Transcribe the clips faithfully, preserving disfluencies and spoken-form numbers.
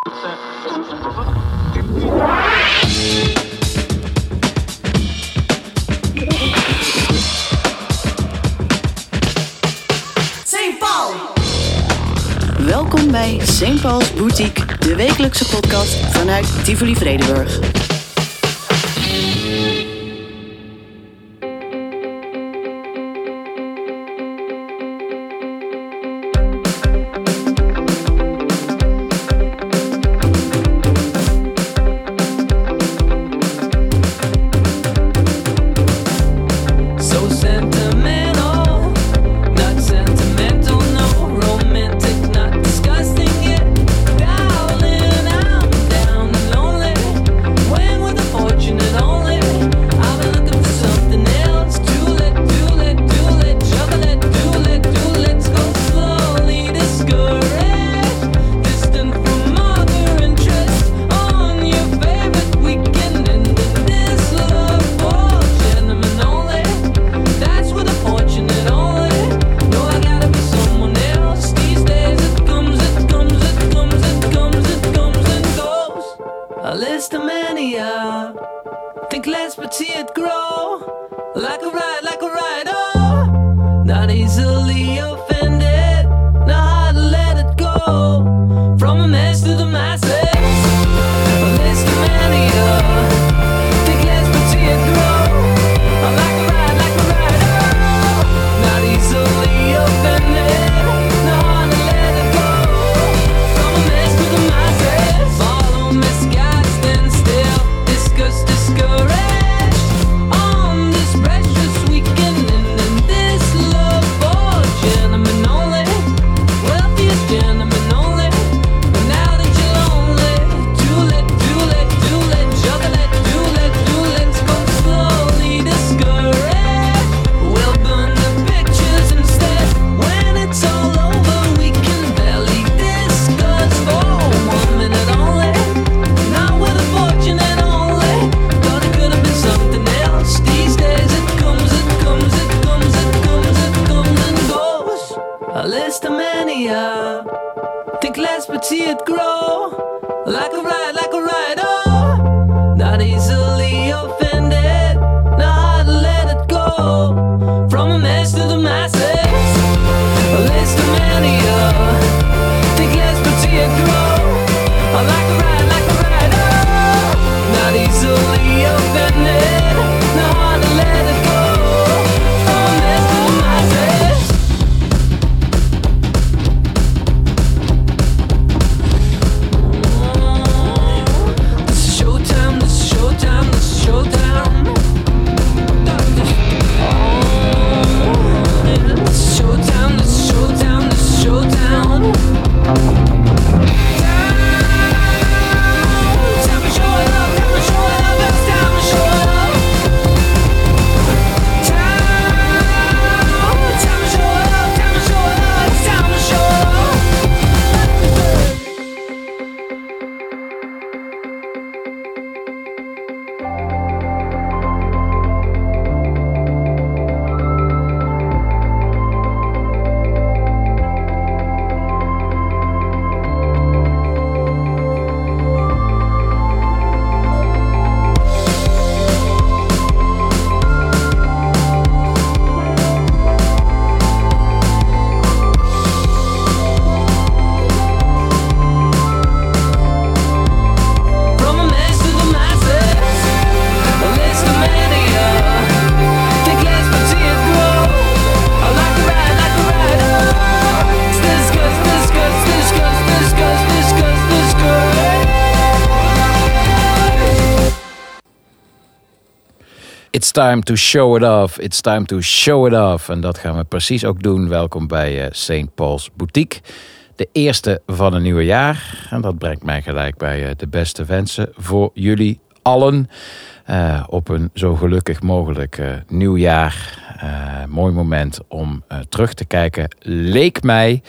Saint Paul. Welkom bij Saint Paul's Boutique, de wekelijkse podcast vanuit Tivoli Vredenburg. It's time to show it off. It's time to show it off. En dat gaan we precies ook doen. Welkom bij uh, Saint Paul's Boutique. De eerste van een nieuwe jaar. En dat brengt mij gelijk bij uh, de beste wensen voor jullie allen. Uh, op een zo gelukkig mogelijk uh, nieuwjaar. Uh, mooi moment om uh, terug te kijken. Leek mij.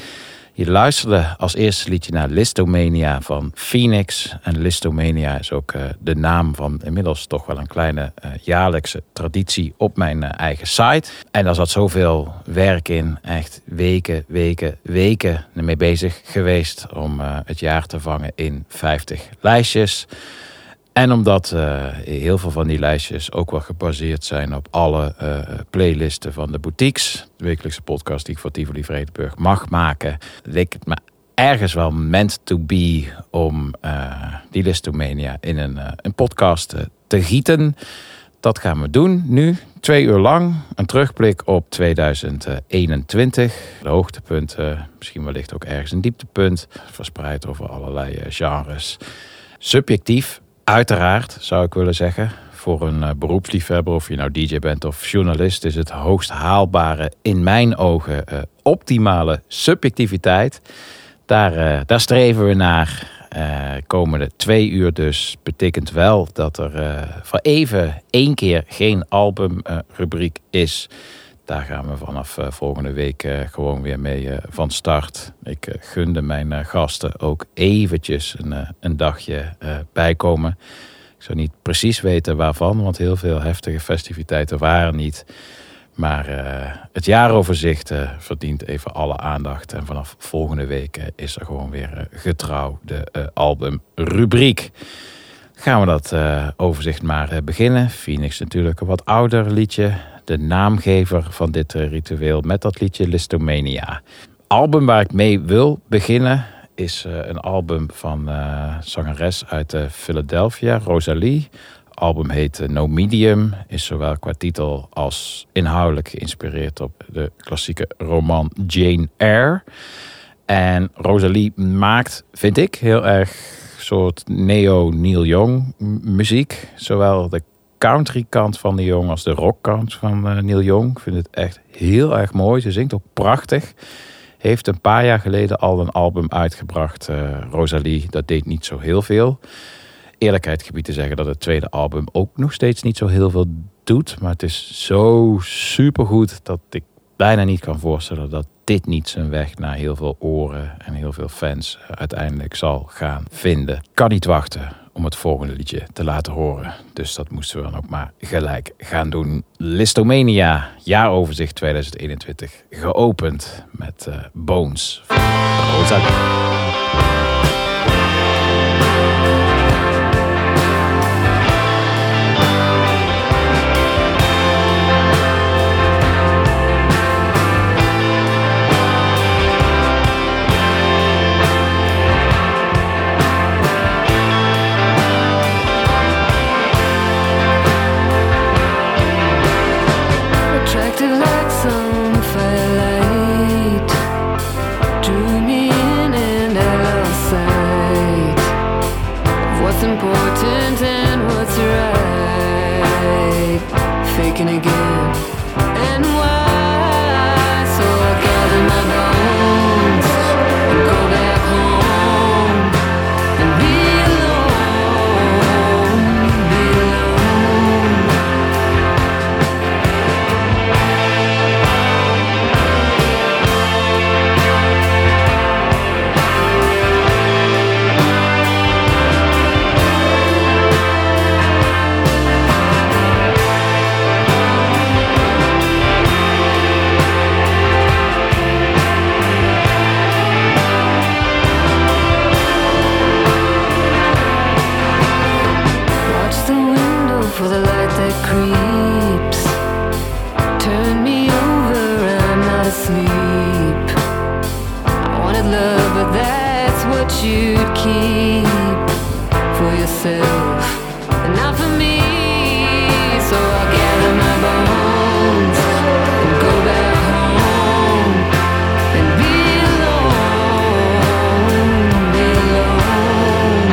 Je luisterde als eerste liedje naar Listomania van Phoenix. En Listomania is ook uh, de naam van inmiddels toch wel een kleine uh, jaarlijkse traditie op mijn uh, eigen site. En daar zat zoveel werk in. Echt weken, weken, weken ermee bezig geweest om uh, het jaar te vangen in vijftig lijstjes. En omdat uh, heel veel van die lijstjes ook wel gebaseerd zijn op alle uh, playlisten van de boutiques. De wekelijkse podcast die ik voor Tivoli Vredenburg mag maken. Leek het me ergens wel meant to be om uh, die Listomania in een, uh, een podcast uh, te gieten. Dat gaan we doen nu. Twee uur lang. Een terugblik op tweeduizend eenentwintig. De hoogtepunten, misschien wellicht ook ergens een dieptepunt. Verspreid over allerlei uh, genres. Subjectief. Uiteraard, zou ik willen zeggen, voor een uh, beroepsliefhebber, of je nou D J bent of journalist, is het hoogst haalbare, in mijn ogen, uh, optimale subjectiviteit. Daar, uh, daar streven we naar. Uh, komende twee uur dus betekent wel dat er uh, voor even één keer geen albumrubriek uh, is. Daar gaan we vanaf uh, volgende week uh, gewoon weer mee uh, van start. Ik uh, gunde mijn uh, gasten ook eventjes een, uh, een dagje uh, bijkomen. Ik zou niet precies weten waarvan, want heel veel heftige festiviteiten waren niet. Maar uh, het jaaroverzicht uh, verdient even alle aandacht. En vanaf volgende week uh, is er gewoon weer uh, getrouw de uh, albumrubriek. Gaan we dat uh, overzicht maar uh, beginnen. Phoenix natuurlijk een wat ouder liedje. De naamgever van dit uh, ritueel met dat liedje Listomania. Album waar ik mee wil beginnen is uh, een album van uh, zangeres uit uh, Philadelphia, Rosalie. Het album heet uh, No Medium, is zowel qua titel als inhoudelijk geïnspireerd op de klassieke roman Jane Eyre. En Rosalie maakt, vind ik, heel erg soort neo-Neil Young muziek. Zowel de country kant van Neil Young als de rock kant van uh, Neil Young. Ik vind het echt heel erg mooi. Ze zingt ook prachtig. Heeft een paar jaar geleden al een album uitgebracht, uh, Rosalie. Dat deed niet zo heel veel. Eerlijkheid gebied te zeggen dat het tweede album ook nog steeds niet zo heel veel doet. Maar het is zo supergoed dat ik bijna niet kan voorstellen dat dit niet zijn weg naar heel veel oren en heel veel fans uiteindelijk zal gaan vinden. Kan niet wachten om het volgende liedje te laten horen. Dus dat moesten we dan ook maar gelijk gaan doen. Listomania, jaaroverzicht tweeduizend eenentwintig. Geopend met uh, Bones van Rosalie. Again and why? So I gather my bones and go back home and be alone, be alone. For the light that creeps, turn me over, I'm not asleep. I wanted love, but that's what you'd keep for yourself and not for me. So I gather my bones and go back home and be alone, be alone.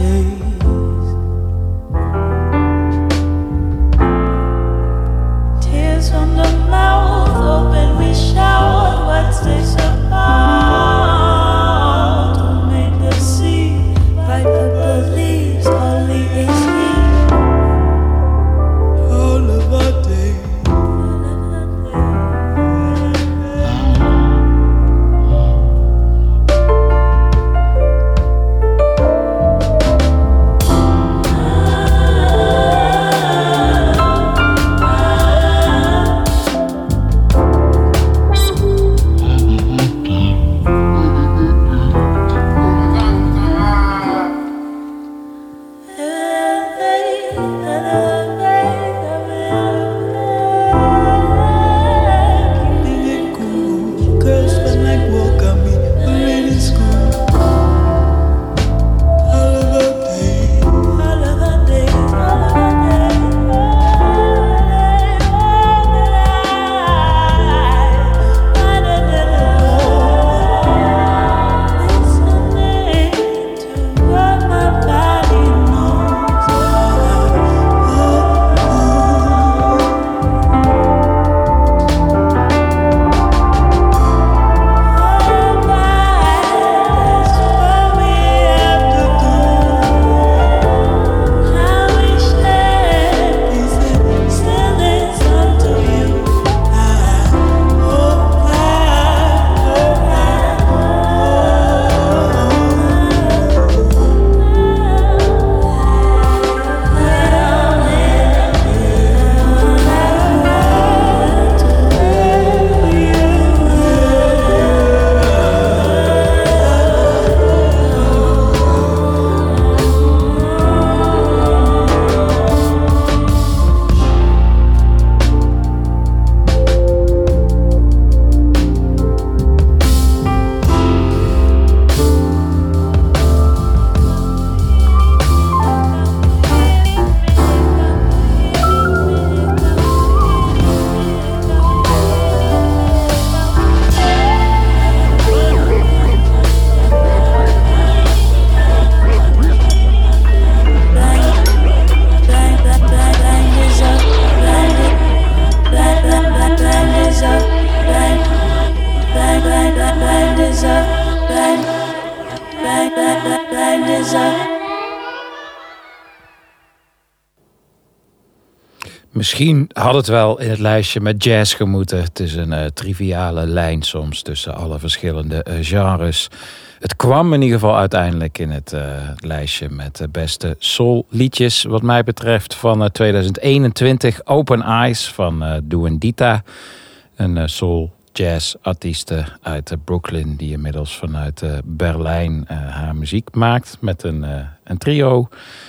Misschien had het wel in het lijstje met jazz gemoeten. Het is een uh, triviale lijn soms tussen alle verschillende uh, genres. Het kwam in ieder geval uiteindelijk in het uh, lijstje met de beste soul liedjes. Wat mij betreft van uh, tweeduizend eenentwintig. Open Eyes van uh, Douendita. Een uh, soul jazz artieste uit uh, Brooklyn die inmiddels vanuit uh, Berlijn uh, haar muziek maakt. Met een, uh, een trio.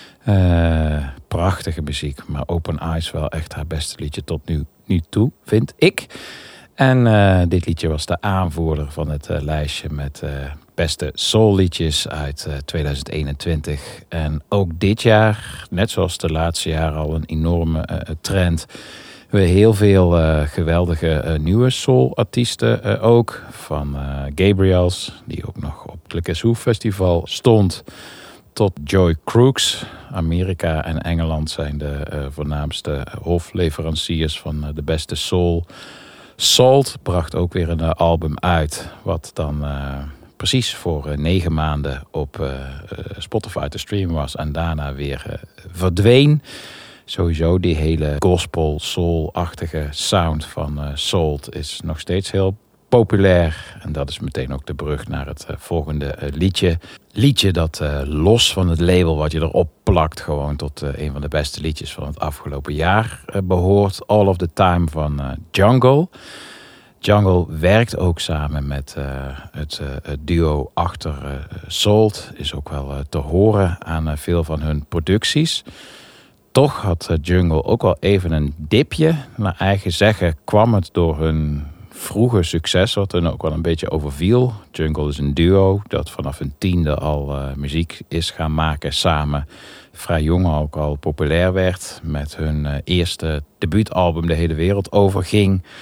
Uh, prachtige muziek, maar Open Eyes wel echt haar beste liedje tot nu, nu toe, vind ik. En uh, dit liedje was de aanvoerder van het uh, lijstje met uh, beste soul liedjes uit uh, tweeduizend eenentwintig. En ook dit jaar, net zoals de laatste jaren al een enorme uh, trend. We hebben heel veel uh, geweldige uh, nieuwe soul artiesten uh, ook. Van uh, Gabriels, die ook nog op het Le Cassou Festival stond. Tot Joy Crooks. Amerika en Engeland zijn de uh, voornaamste hofleveranciers van uh, de beste soul. Salt bracht ook weer een uh, album uit. Wat dan uh, precies voor uh, negen maanden op uh, uh, Spotify te streamen was. En daarna weer uh, verdween. Sowieso die hele gospel soul-achtige sound van uh, Salt is nog steeds heel populair. En dat is meteen ook de brug naar het uh, volgende uh, liedje. Liedje dat uh, los van het label wat je erop plakt, gewoon tot uh, een van de beste liedjes van het afgelopen jaar uh, behoort. All of the Time van uh, Jungle. Jungle werkt ook samen met uh, het, uh, het duo achter uh, Salt. Is ook wel uh, te horen aan uh, veel van hun producties. Toch had uh, Jungle ook wel even een dipje. Naar eigen zeggen kwam het door hun vroege succes, wat er ook wel een beetje overviel. Jungle is een duo dat vanaf hun tiende al uh, muziek is gaan maken samen. Vrij jong ook al populair werd. Met hun uh, eerste debuutalbum de hele wereld overging.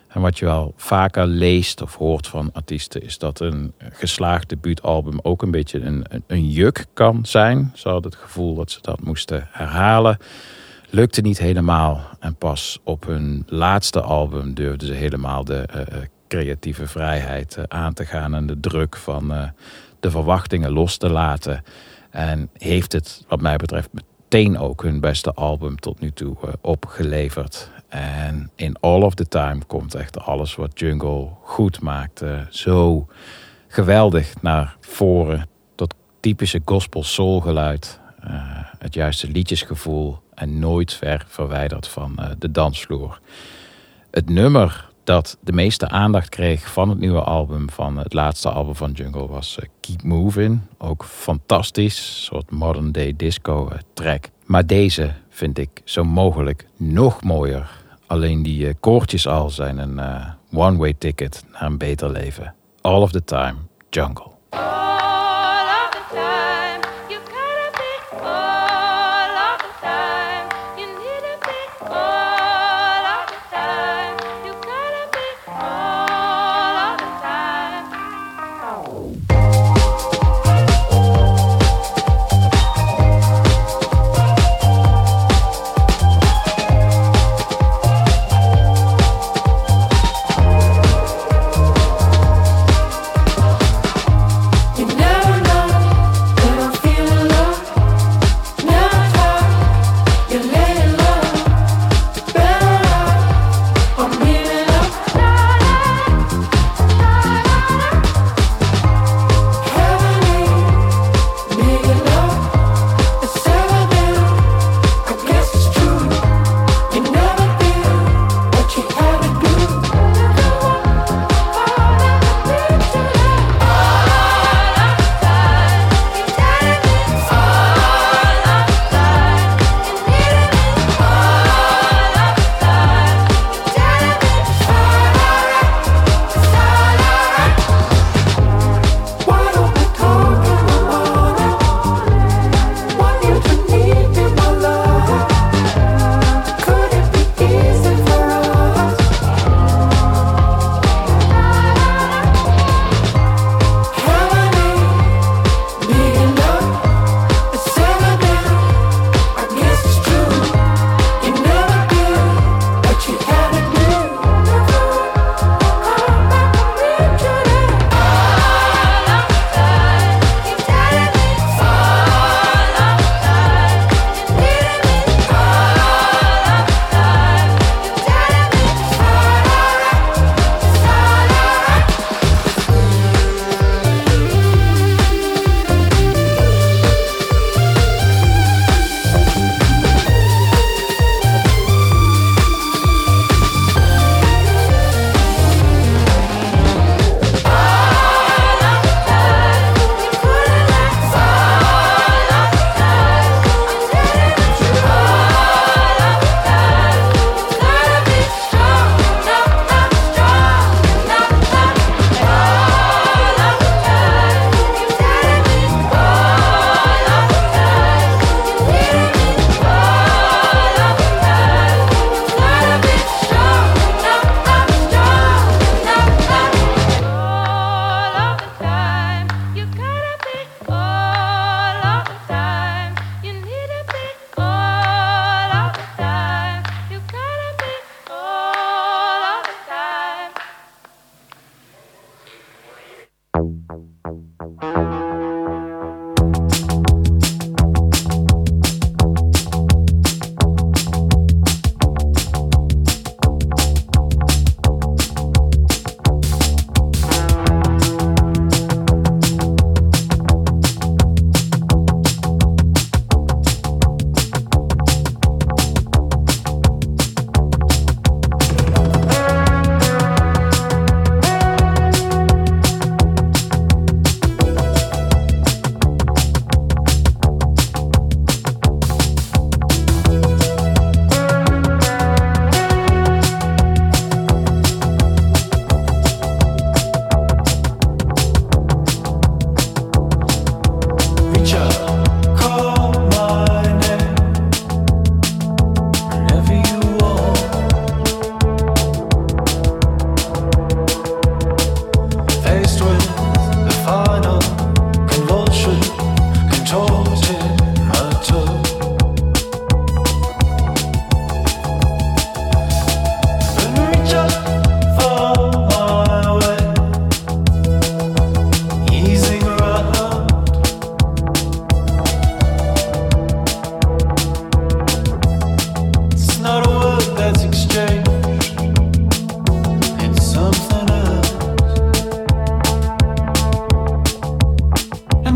En wat je wel vaker leest of hoort van artiesten is dat een geslaagd debuutalbum ook een beetje een, een, een juk kan zijn. Ze hadden het gevoel dat ze dat moesten herhalen. Lukte niet helemaal en pas op hun laatste album durfden ze helemaal de uh, creatieve vrijheid uh, aan te gaan en de druk van uh, de verwachtingen los te laten. En heeft het wat mij betreft meteen ook hun beste album tot nu toe uh, opgeleverd. En in All of the Time komt echt alles wat Jungle goed maakt uh, zo geweldig naar voren. Dat typische gospel soul geluid, uh, het juiste liedjesgevoel en nooit ver verwijderd van uh, de dansvloer. Het nummer dat de meeste aandacht kreeg van het nieuwe album, van het laatste album van Jungle, was uh, Keep Moving. Ook fantastisch, een soort modern day disco uh, track. Maar deze vind ik zo mogelijk nog mooier. Alleen die uh, koortjes al zijn een uh, one-way ticket naar een beter leven. All of the Time, Jungle.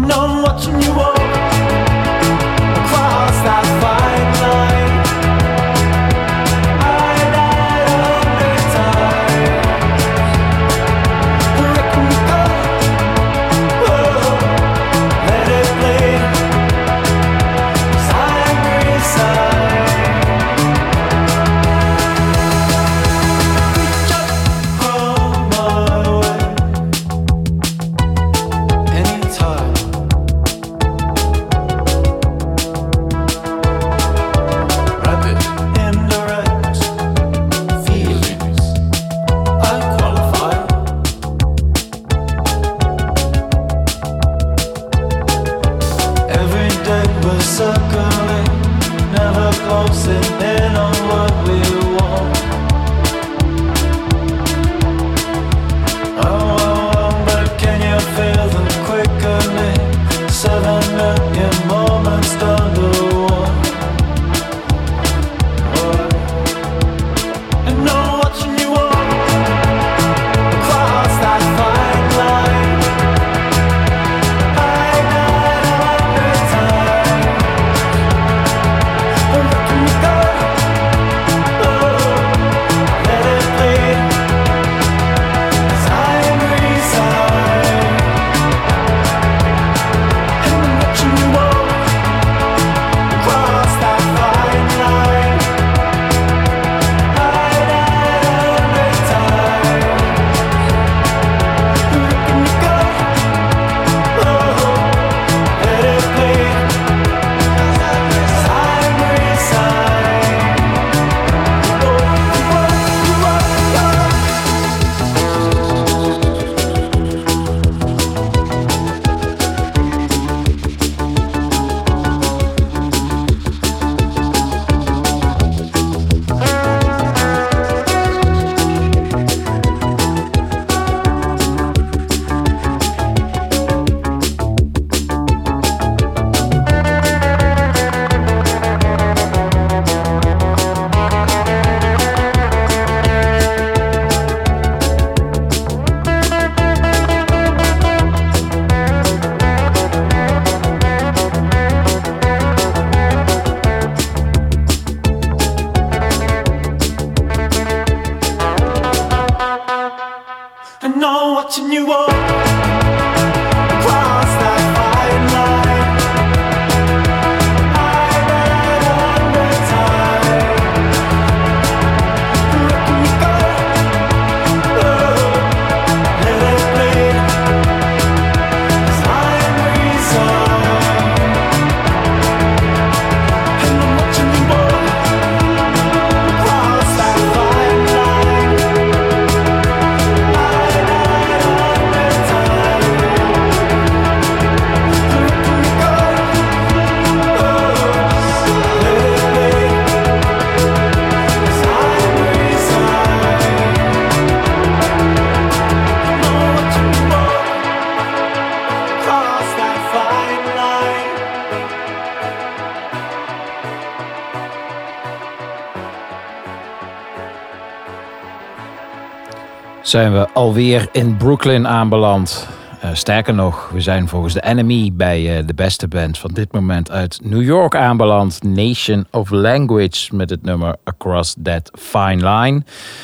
Zijn we alweer in Brooklyn aanbeland. Uh, sterker nog, we zijn volgens de Enemy bij uh, de beste band van dit moment uit New York aanbeland. Nation of Language met het nummer Across That Fine Line.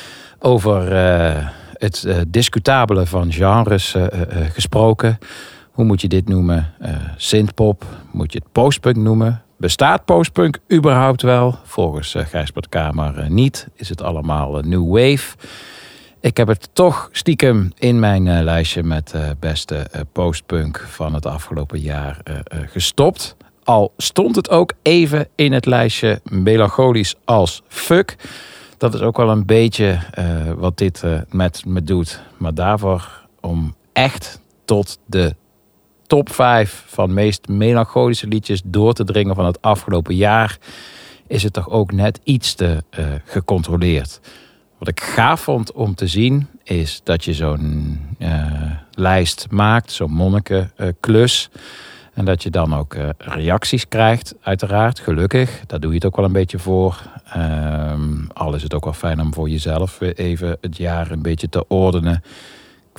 Over uh, het uh, discutabele van genres uh, uh, gesproken. Hoe moet je dit noemen? Uh, synthpop? Moet je het postpunk noemen? Bestaat postpunk überhaupt wel? Volgens uh, Gijsbert Kamer uh, niet. Is het allemaal uh, new wave? Ik heb het toch stiekem in mijn uh, lijstje met uh, beste uh, postpunk van het afgelopen jaar uh, uh, gestopt. Al stond het ook even in het lijstje melancholisch als fuck. Dat is ook wel een beetje uh, wat dit uh, met me doet. Maar daarvoor om echt tot de top vijf van meest melancholische liedjes door te dringen van het afgelopen jaar, is het toch ook net iets te uh, gecontroleerd. Wat ik gaaf vond om te zien is dat je zo'n uh, lijst maakt, zo'n monnikenklus. Uh, en dat je dan ook uh, reacties krijgt, uiteraard, gelukkig. Daar doe je het ook wel een beetje voor. Um, al is het ook wel fijn om voor jezelf even het jaar een beetje te ordenen. Ik vind het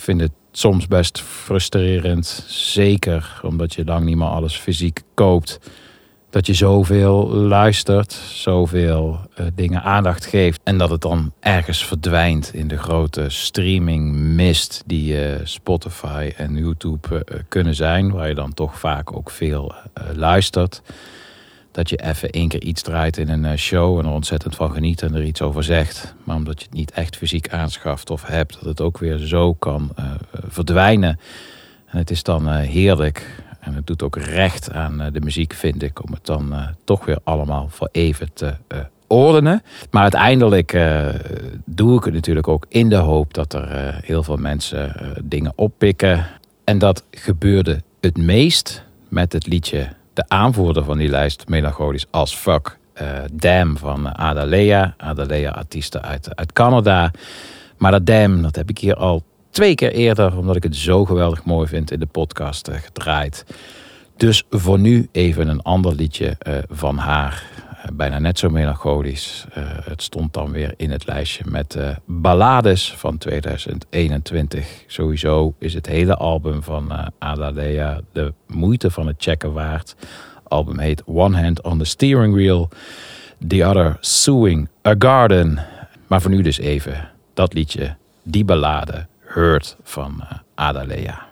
soms best frustrerend. Zeker omdat je lang niet meer alles fysiek koopt. Dat je zoveel luistert, zoveel uh, dingen aandacht geeft. En dat het dan ergens verdwijnt in de grote streaming mist die uh, Spotify en YouTube uh, kunnen zijn. Waar je dan toch vaak ook veel uh, luistert. Dat je even één keer iets draait in een uh, show en er ontzettend van geniet en er iets over zegt. Maar omdat je het niet echt fysiek aanschaft of hebt, dat het ook weer zo kan uh, verdwijnen. En het is dan uh, heerlijk. En het doet ook recht aan uh, de muziek, vind ik, om het dan uh, toch weer allemaal voor even te uh, ordenen. Maar uiteindelijk uh, doe ik het natuurlijk ook in de hoop dat er uh, heel veel mensen uh, dingen oppikken. En dat gebeurde het meest met het liedje, de aanvoerder van die lijst, Melancholisch as Fuck, uh, Damn van uh, Adalea. Adalea, artieste uit, uit Canada. Maar dat Damn, dat heb ik hier al twee keer eerder, omdat ik het zo geweldig mooi vind, in de podcast uh, gedraaid. Dus voor nu even een ander liedje uh, van haar. Uh, bijna net zo melancholisch. Uh, het stond dan weer in het lijstje met uh, ballades van tweeduizend eenentwintig. Sowieso is het hele album van uh, Adalea de moeite van het checken waard. Het album heet One Hand on the Steering Wheel, The Other Suing a Garden. Maar voor nu dus even dat liedje, die ballade, Hurt van uh, Adalea.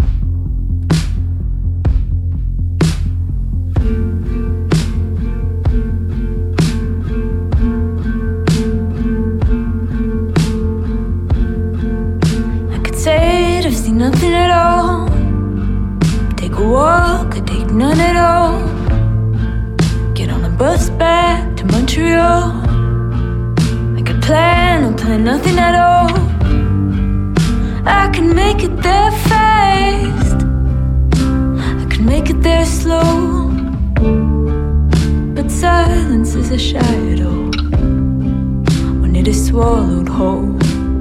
I could say it, I've seen nothing at all. Take a walk, I take none at all. Get on a bus back to Montreal. I could plan or plan nothing at all. I can make it there fast, I can make it there slow, but silence is a shadow when it is swallowed whole.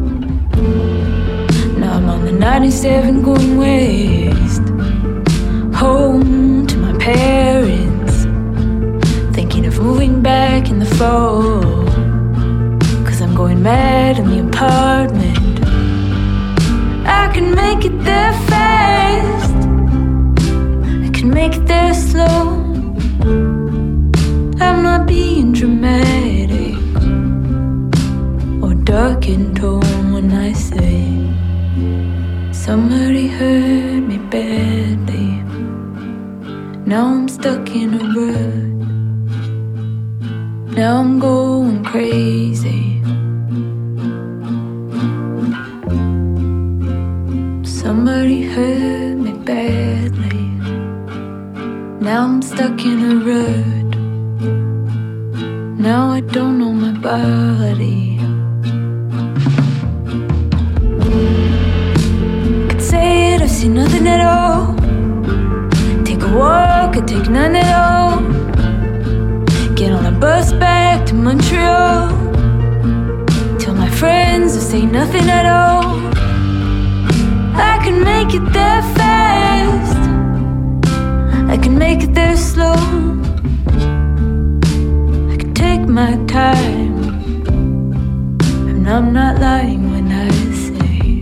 Now I'm on the ninety-seven going west, home to my parents, thinking of moving back in the fall, 'cause I'm going mad in the apartment. I can make it there fast, I can make it there slow. I'm not being dramatic or dark in tone when I say somebody hurt me badly. Now I'm stuck in a rut, now I'm going crazy. Somebody hurt me badly. Now I'm stuck in a rut. Now I don't know my body. I could say it, I've seen nothing at all. Take a walk, I take none at all. Get on a bus back to Montreal. Tell my friends to say nothing at all. I can make it there fast, I can make it there slow. I can take my time, and I'm not lying when I say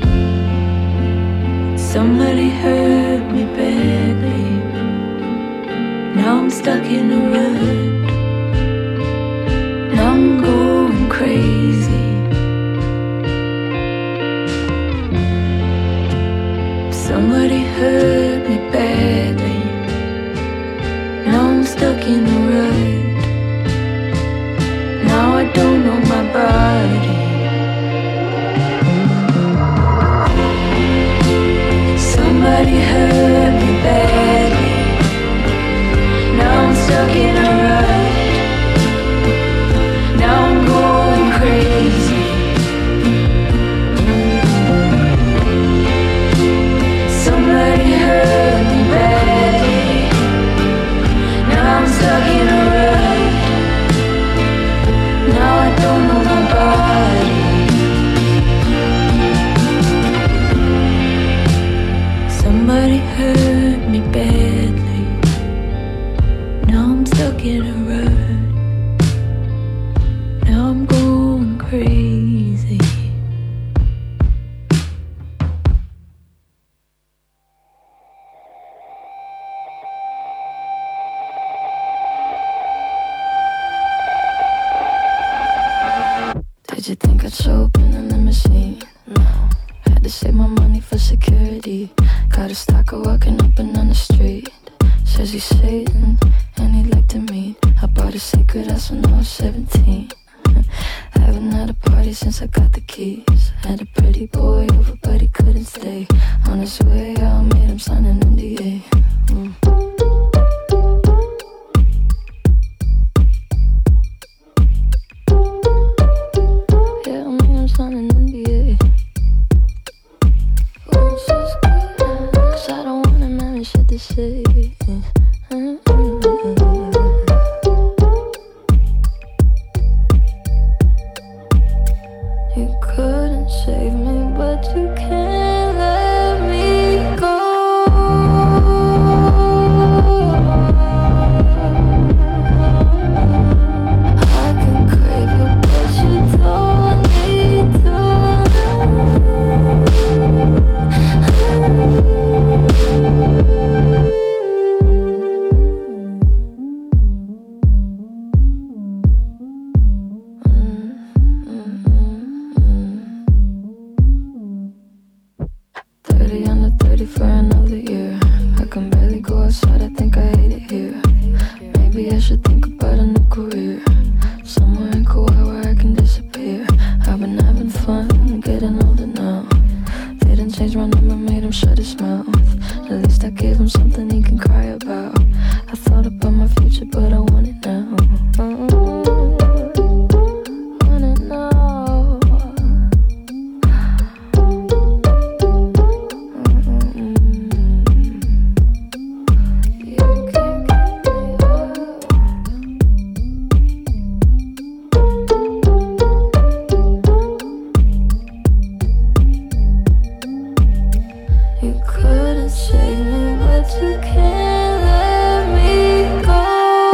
somebody hurt me badly. Now I'm stuck in a rut, now I'm going crazy. Somebody hurt me badly. Now I'm stuck in a rut. Now I don't know my body. Somebody hurt me badly. Now I'm stuck in a rut. Now I'm going crazy. Somebody hurt me badly. Now I'm stuck in a rut. Now I don't know my body. Somebody hurt me badly. Now I'm stuck in a rut. Now I'm going crazy. let's open a limousine. No, had to save my money for security. Got a stalker walking up and down the street. Says he's Satan and he'd like to meet. I bought a secret house when I was seventeen. Haven't had a party since I got the keys. Had a pretty boy over but he couldn't stay. On his way out, made him sign an N D A. Mm. Yeah, I made him sign an N D A. Oh, it's just good, 'cause I don't want him having shit to say. You couldn't save me, but you can't let me go. I can crave you, but you don't need to. thirty under thirty for another year. I can barely go outside, I think I hate it here. Maybe I should think about a new career. Somewhere in Kauai where I can disappear. I've been having fun, getting older now. Didn't change my number, made him shut his mouth. At least I gave him something he can cry about. I thought about my future, but I want it now. Mm-hmm. Want it now. You couldn't save me, but you can't let me go.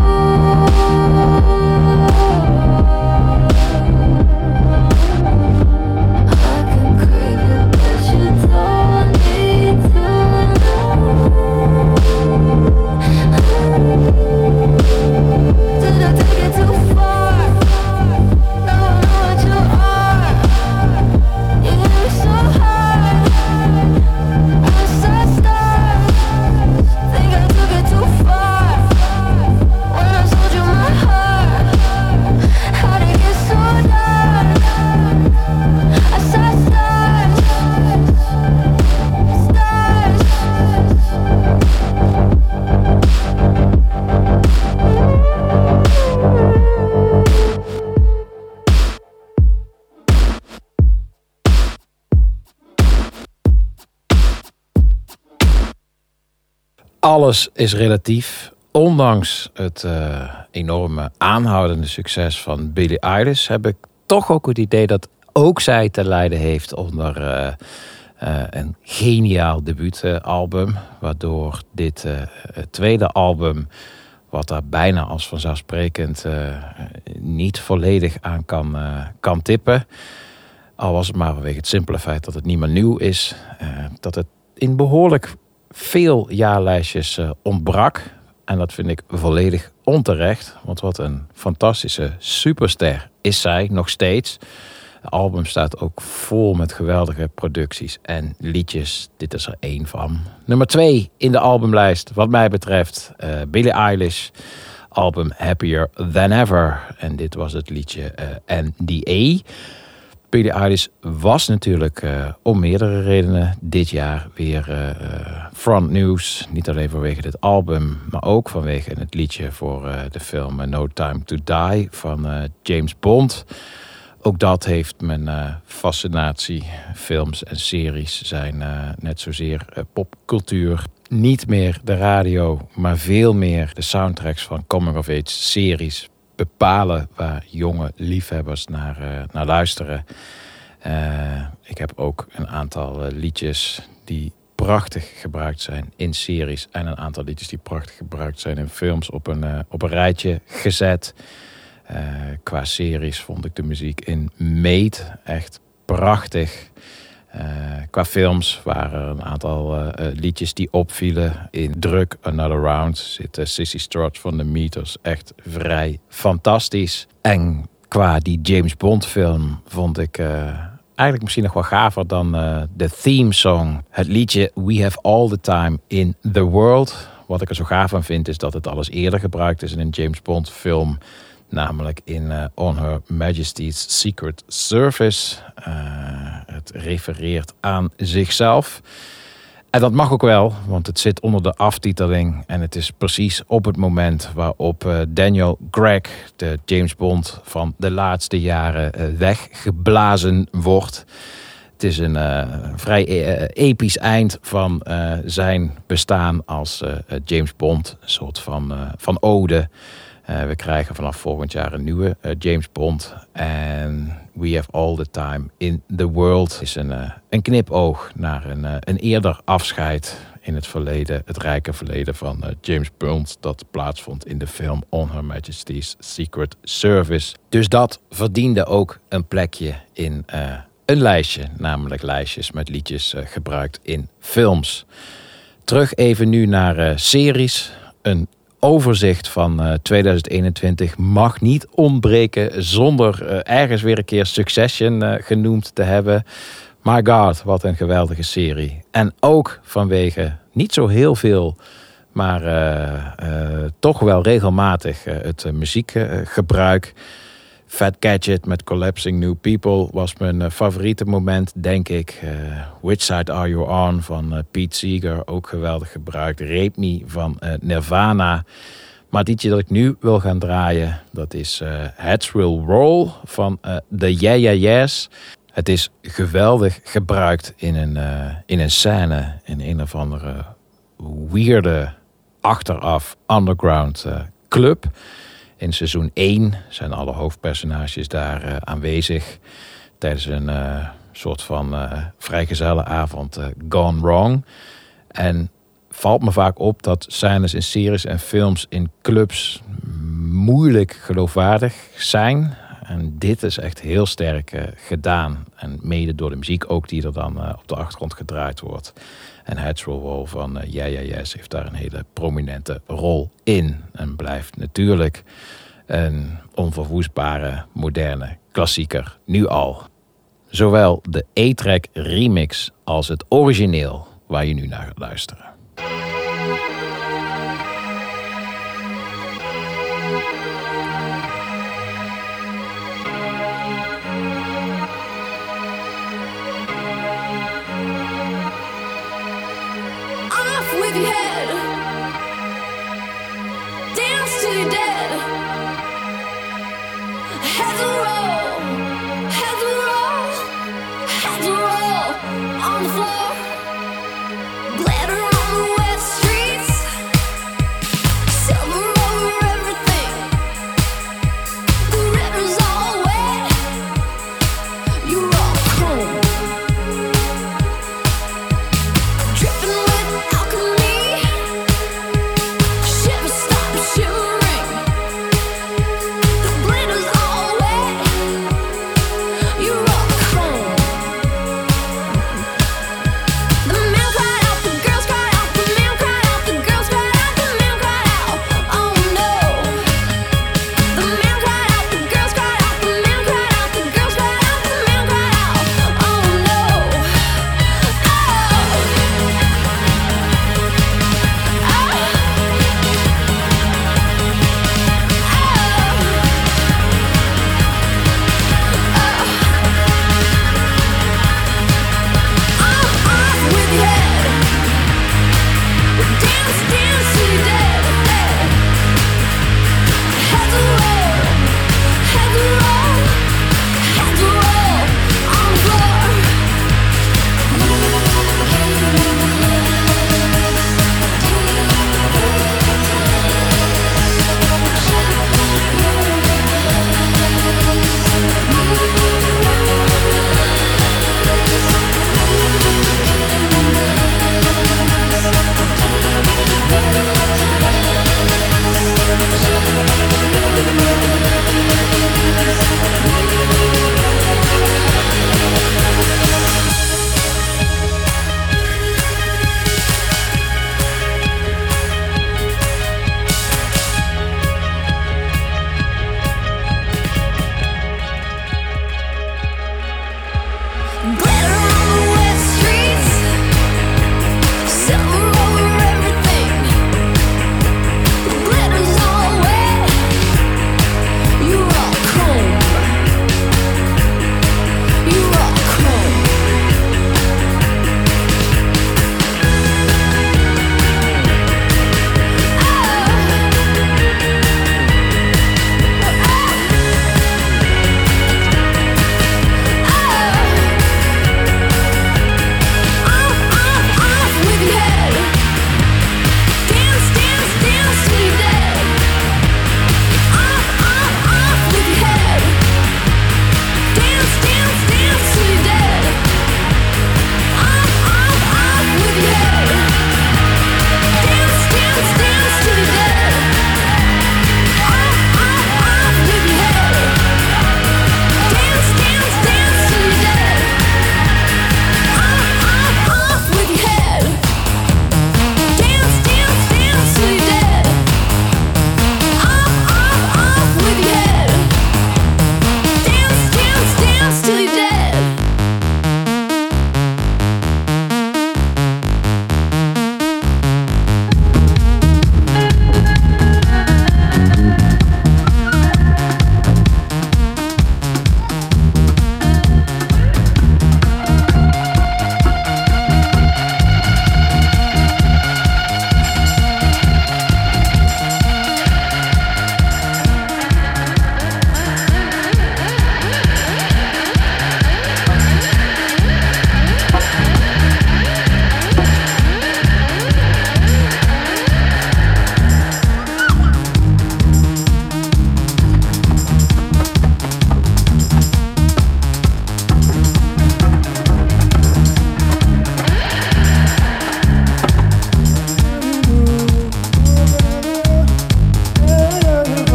I can crave you, but you don't need to know. Did I take it too far? Now I know what you are. You hit me so hard. Outside stars, think I took it too far. When I sold you my heart, how'd it get so dark? I saw stars, stars. Alles is relatief. Ondanks het uh, enorme aanhoudende succes van Billie Eilish heb ik toch ook het idee dat ook zij te lijden heeft onder uh, uh, een geniaal debuutalbum. Waardoor dit uh, tweede album, wat daar bijna als vanzelfsprekend uh, niet volledig aan kan, uh, kan tippen. Al was het maar vanwege het simpele feit dat het niet meer nieuw is. Uh, dat het in behoorlijk veel jaarlijstjes uh, ontbrak. En dat vind ik volledig onterecht. Want wat een fantastische superster is zij nog steeds. Het album staat ook vol met geweldige producties en liedjes. Dit is er één van. Nummer twee in de albumlijst wat mij betreft. Uh, Billie Eilish. Album Happier Than Ever. En dit was het liedje uh, N D A. Billie Eilish was natuurlijk uh, om meerdere redenen dit jaar weer uh, front news. Niet alleen vanwege dit album, maar ook vanwege het liedje voor uh, de film uh, No Time to Die van uh, James Bond. Ook dat heeft mijn uh, fascinatie. Films en series zijn uh, net zozeer uh, popcultuur. Niet meer de radio, maar veel meer de soundtracks van coming-of-age series bepalen waar jonge liefhebbers naar, uh, naar luisteren. Uh, ik heb ook een aantal uh, liedjes die prachtig gebruikt zijn in series en een aantal liedjes die prachtig gebruikt zijn in films op een, uh, op een rijtje gezet. Uh, qua series vond ik de muziek in Made echt prachtig. Uh, qua films waren er een aantal uh, liedjes die opvielen. In Druk, Another Round zit uh, Sissy Strut van The Meters echt vrij fantastisch. En qua die James Bond film vond ik uh, eigenlijk misschien nog wel gaver dan uh, de theme song. Het liedje We Have All the Time in the World. Wat ik er zo gaaf aan vind is dat het al eens eerder gebruikt is in een James Bond film. Namelijk in uh, On Her Majesty's Secret Service. Uh, het refereert aan zichzelf. En dat mag ook wel, want het zit onder de aftiteling. En het is precies op het moment waarop uh, Daniel Craig, de James Bond van de laatste jaren, uh, weggeblazen wordt. Het is een uh, vrij uh, episch eind van uh, zijn bestaan als uh, James Bond. Een soort van, uh, van ode. Uh, we krijgen vanaf volgend jaar een nieuwe uh, James Bond. En We Have All the Time in the World is een, uh, een knipoog naar een, uh, een eerder afscheid in het verleden, het rijke verleden van uh, James Bond, dat plaatsvond in de film On Her Majesty's Secret Service. Dus dat verdiende ook een plekje in uh, een lijstje, namelijk lijstjes met liedjes uh, gebruikt in films. Terug even nu naar uh, series. Een overzicht van uh, tweeduizend eenentwintig mag niet ontbreken zonder uh, ergens weer een keer Succession uh, genoemd te hebben. My God, wat een geweldige serie. En ook vanwege niet zo heel veel, maar uh, uh, toch wel regelmatig uh, het uh, muziekgebruik. Uh, Fat Gadget met Collapsing New People was mijn uh, favoriete moment, denk ik. Uh, Which Side Are You On van uh, Pete Seeger, ook geweldig gebruikt. Rape Me van uh, Nirvana. Maar het liedje dat ik nu wil gaan draaien, dat is uh, Heads Will Roll van uh, The Yeah Yeah Yeahs. Het is geweldig gebruikt in een, uh, in een scène, in een of andere weirde, achteraf underground uh, club. In seizoen één zijn alle hoofdpersonages daar uh, aanwezig tijdens een uh, soort van uh, vrijgezelle avond uh, gone wrong. En valt me vaak op dat scènes in series en films in clubs moeilijk geloofwaardig zijn. En dit is echt heel sterk uh, gedaan. En mede door de muziek ook die er dan uh, op de achtergrond gedraaid wordt. En Heads Will Roll van uh, Yeah Yeah Yeahs heeft daar een hele prominente rol in. En blijft natuurlijk een onverwoestbare moderne klassieker. Nu al. Zowel de A-track remix als het origineel waar je nu naar gaat luisteren. Glitter on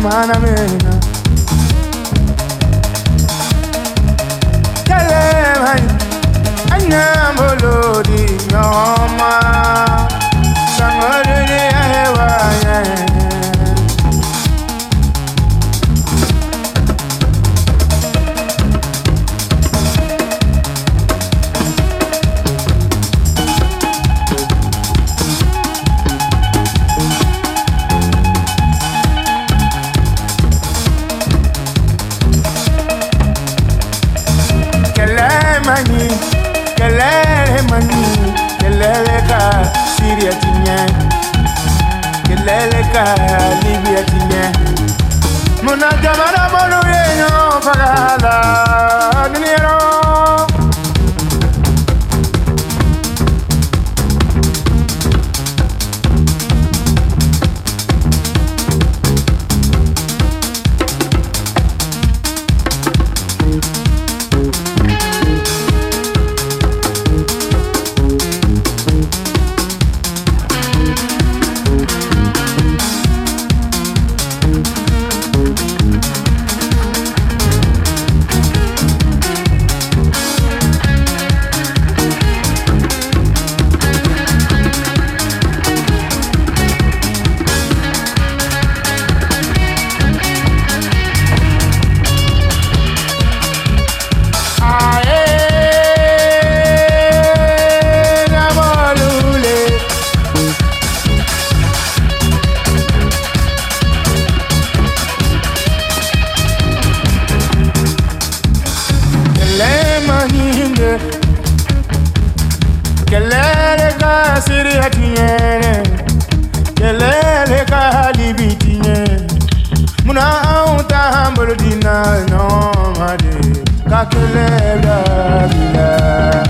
mana mena Kele mai anya molodi nyoma Sangore ni hewa ya Kelele mani, kelele ka Syria tinye, kelele ka Libya tinye. Muna jamana monu yenyo pagala dinero. Kelele ka Syria tinye, kelele ka Libya tinye. Muna auta hambolo dina no made, ka kelele bila.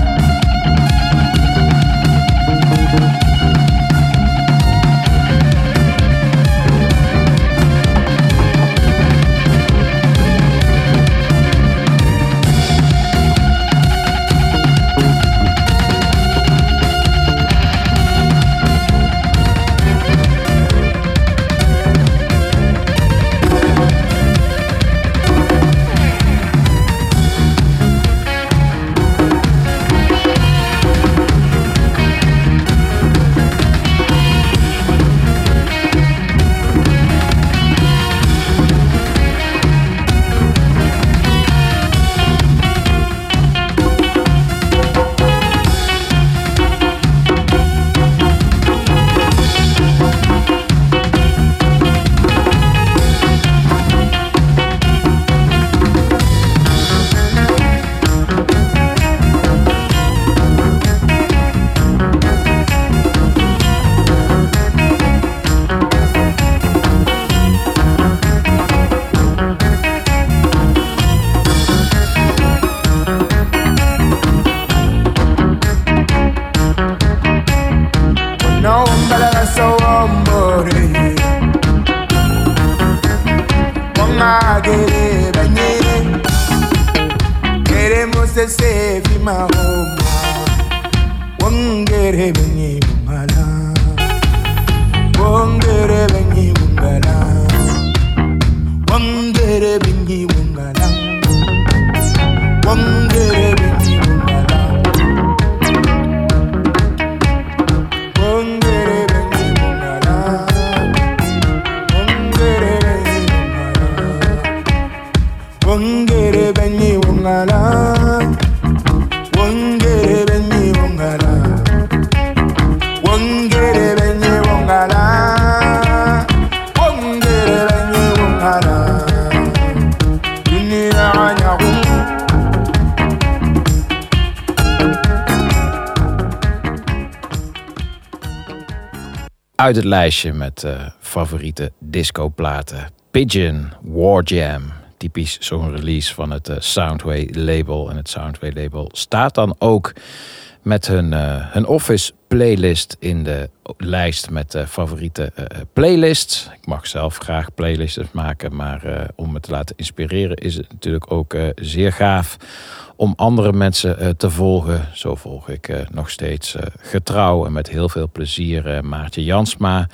Uit het lijstje met uh, favoriete discoplaten. Pigeon, War Jam. Typisch zo'n release van het uh, Soundway label. En het Soundway label staat dan ook met hun, uh, hun Office playlist in de lijst met uh, favoriete uh, playlists. Ik mag zelf graag playlists maken, maar uh, om me te laten inspireren is het natuurlijk ook uh, zeer gaaf om andere mensen uh, te volgen. Zo volg ik uh, nog steeds uh, getrouw en met heel veel plezier uh, Maartje Jansma,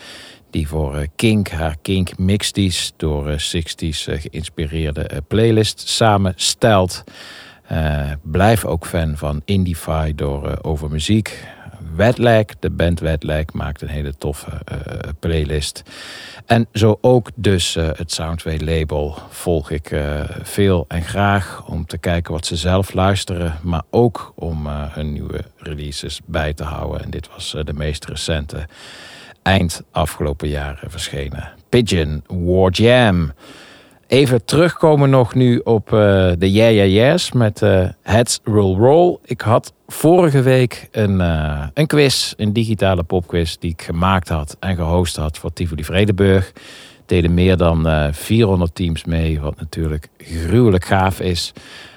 Die voor uh, Kink, haar Kink Mixties, door uh, zestig's uh, geïnspireerde uh, playlist samenstelt. Uh, blijf ook fan van Indiefy door uh, Over Muziek. Wetlag, de band Wetlag, maakt een hele toffe uh, playlist. En zo ook dus uh, het Soundwave label volg ik uh, veel en graag om te kijken wat ze zelf luisteren, maar ook om uh, hun nieuwe releases bij te houden. En dit was uh, de meest recente, eind afgelopen jaren verschenen. Pigeon War Jam. Even terugkomen nog nu op uh, de Yeah Yeah Yeahs met uh, Heads Roll Roll. Ik had vorige week een, uh, een quiz, een digitale popquiz die ik gemaakt had en gehost had voor Tivoli Vredenburg. Deden meer dan uh, vierhonderd teams mee, wat natuurlijk gruwelijk gaaf is.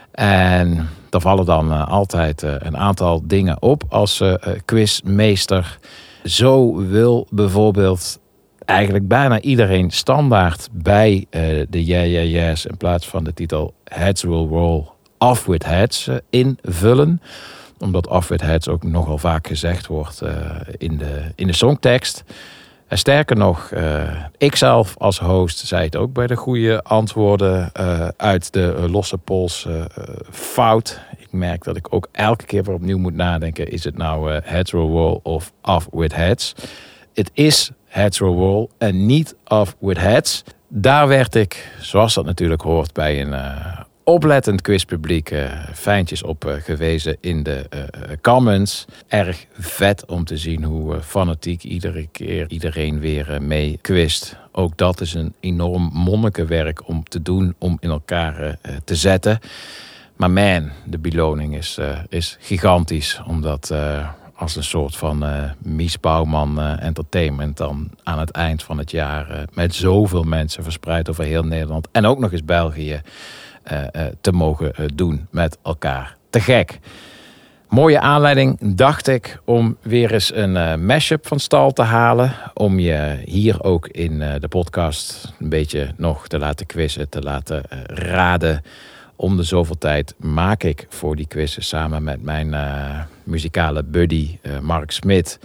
En er vallen dan uh, altijd uh, een aantal dingen op als uh, quizmeester. Zo wil bijvoorbeeld eigenlijk bijna iedereen standaard bij uh, de Yeah Yeah Yeahs in plaats van de titel Heads Will Roll Off With Heads uh, invullen. Omdat Off With Heads ook nogal vaak gezegd wordt uh, in, de, in de songtekst. En sterker nog, uh, ikzelf als host zei het ook bij de goede antwoorden uh, uit de losse pols uh, fout. Ik merk dat ik ook elke keer weer opnieuw moet nadenken. Is het nou uh, Heads Will Roll of Off With Heads? Het is Heads Roll Roll en niet Off With Heads. Daar werd ik, zoals dat natuurlijk hoort bij een uh, oplettend quizpubliek, uh, fijntjes op uh, gewezen in de uh, comments. Erg vet om te zien hoe uh, fanatiek iedere keer iedereen weer uh, mee quizt. Ook dat is een enorm monnikenwerk om te doen, om in elkaar uh, te zetten. Maar man, de beloning is, uh, is gigantisch, omdat Uh, als een soort van uh, Mies Bouwman uh, entertainment dan aan het eind van het jaar uh, met zoveel mensen verspreid over heel Nederland en ook nog eens België uh, uh, te mogen uh, doen met elkaar. Te gek. Mooie aanleiding, dacht ik, om weer eens een uh, mashup van stal te halen. Om je hier ook in uh, de podcast een beetje nog te laten quizzen, te laten uh, raden. Om de zoveel tijd maak ik voor die quizzen samen met mijn uh, muzikale buddy uh, Mark Smit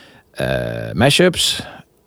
uh, mashups.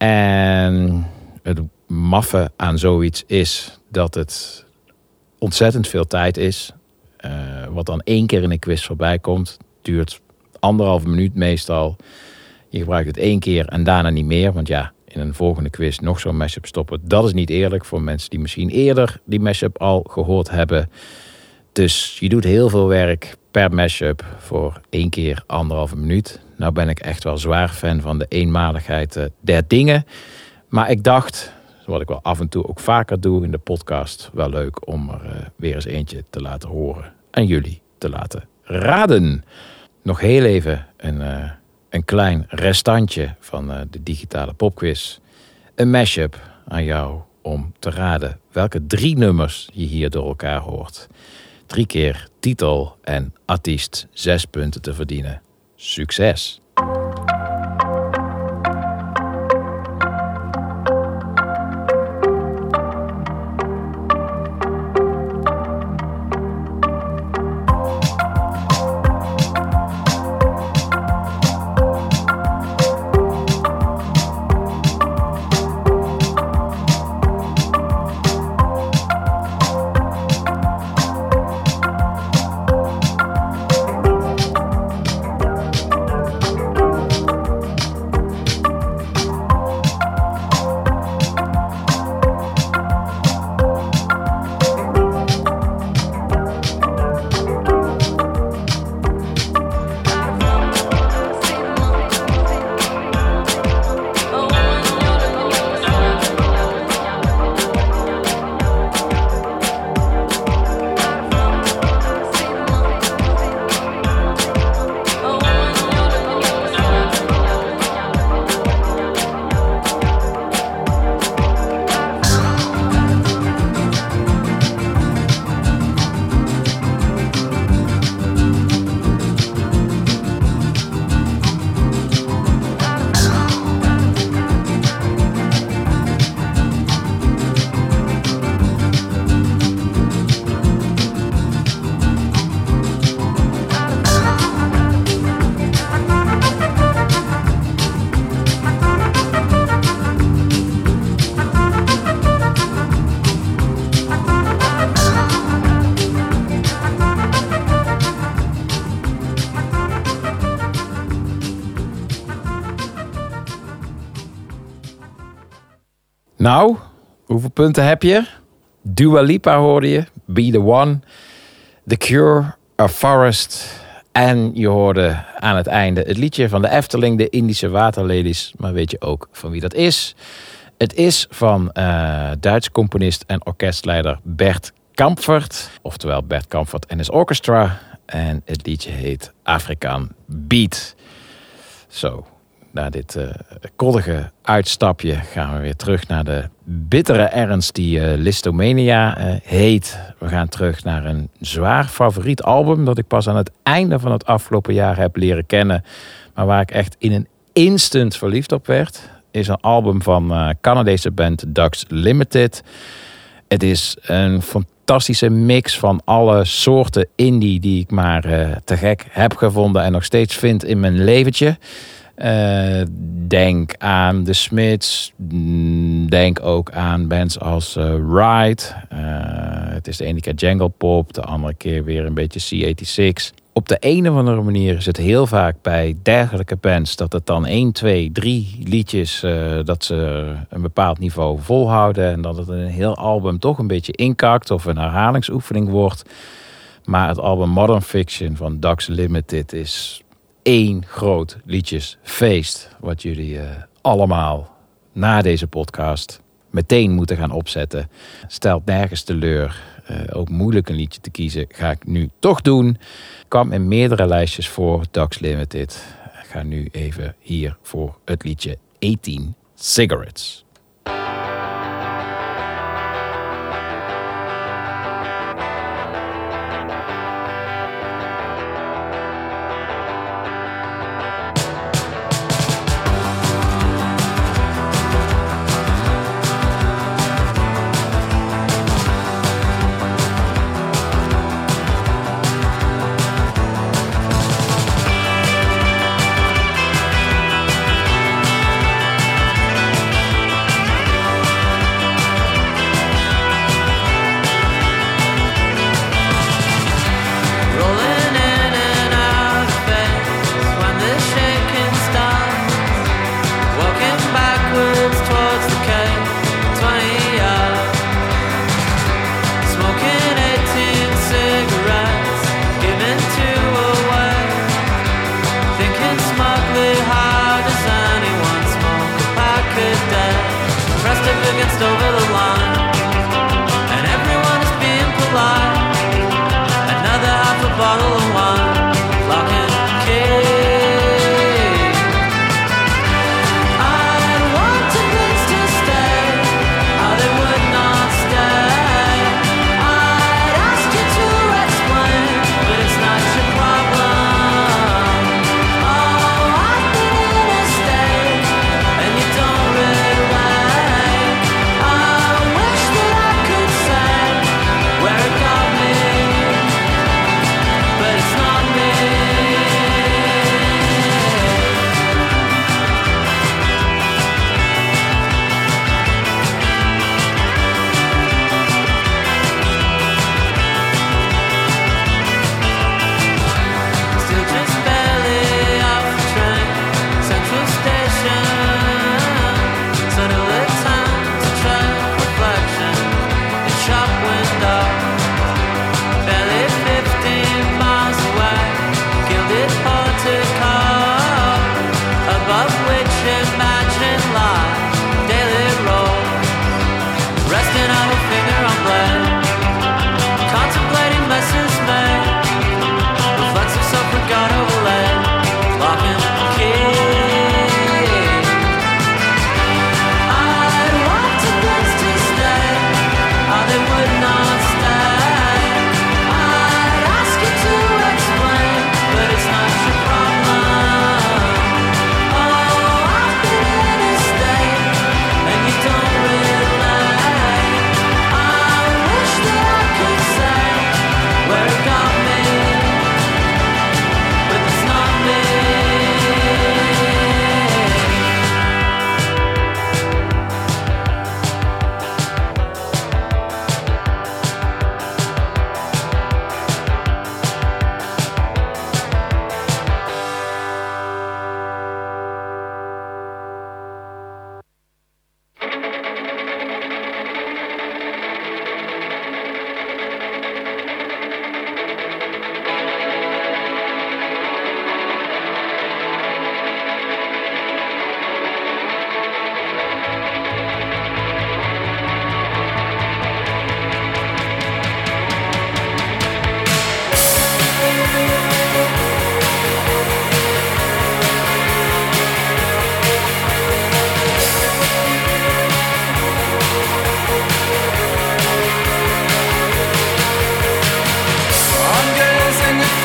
En het maffe aan zoiets is dat het ontzettend veel tijd is. Uh, wat dan één keer in een quiz voorbij komt, duurt anderhalve minuut meestal. Je gebruikt het één keer en daarna niet meer, want ja, in een volgende quiz nog zo'n mashup stoppen. Dat is niet eerlijk voor mensen die misschien eerder die mashup al gehoord hebben. Dus je doet heel veel werk per mashup voor één keer anderhalve minuut. Nou ben ik echt wel zwaar fan van de eenmaligheid uh, der dingen. Maar ik dacht, wat ik wel af en toe ook vaker doe in de podcast, wel leuk om er uh, weer eens eentje te laten horen. En jullie te laten raden. Nog heel even een, uh, een klein restantje van uh, de digitale popquiz. Een mashup aan jou om te raden welke drie nummers je hier door elkaar hoort. Drie keer titel en artiest, zes punten te verdienen. Succes! Nou, hoeveel punten heb je? Dua Lipa hoorde je. Be the One. The Cure. A Forest. En je hoorde aan het einde het liedje van de Efteling, de Indische Waterlelies. Maar weet je ook van wie dat is? Het is van uh, Duits componist en orkestleider Bert Kampfert. Oftewel Bert Kampfert en his orchestra. En het liedje heet Afrikaan Beat. Zo, na dit uh, koddige uitstapje gaan we weer terug naar de bittere ernst die uh, Listomania uh, heet. We gaan terug naar een zwaar favoriet album dat ik pas aan het einde van het afgelopen jaar heb leren kennen. Maar waar ik echt in een instant verliefd op werd. Is een album van uh, Canadese band Ducks Limited. Het is een fantastische mix van alle soorten indie die ik maar uh, te gek heb gevonden en nog steeds vind in mijn leventje. Uh, denk aan The Smiths. Denk ook aan bands als uh, Ride. Uh, het is de ene keer Jungle Pop, de andere keer weer een beetje C eenentachtig. Op de een of andere manier is het heel vaak bij dergelijke bands dat het dan één, twee, drie liedjes uh, dat ze een bepaald niveau volhouden en dat het een heel album toch een beetje inkakt of een herhalingsoefening wordt. Maar het album Modern Fiction van Ducks Limited is één groot liedjesfeest wat jullie uh, allemaal na deze podcast meteen moeten gaan opzetten. Stelt nergens teleur. Uh, ook moeilijk een liedje te kiezen ga ik nu toch doen. Kwam in meerdere lijstjes voor Ducks Limited. Ik ga nu even hier voor het liedje achttien Cigarettes.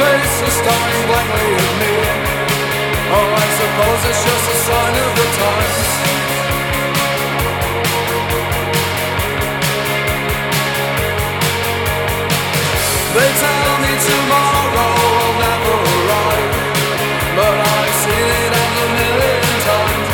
face is staring blankly at me. Oh, I suppose it's just a sign of the times. They tell me tomorrow will never arrive, but I've seen it a million times.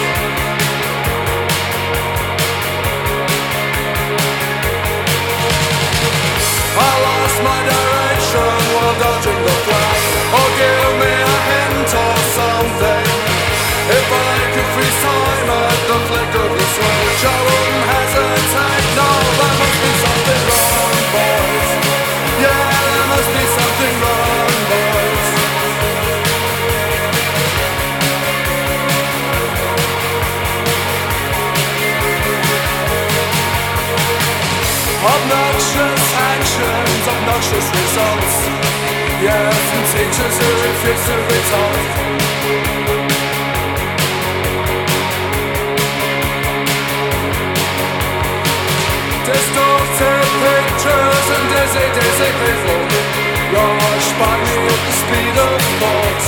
I lost my direction while dodging the flash. Oh, give me a hint or something. If I could freeze time at the flick of the switch, I wouldn't hesitate. No, there must be something wrong, boys. Yeah, there must be something wrong, boys. Obnoxious actions, obnoxious results. Yes, and teachers who refuse to be taught. Distorted pictures and dizzy, dizzy people rush by me at the speed of thought.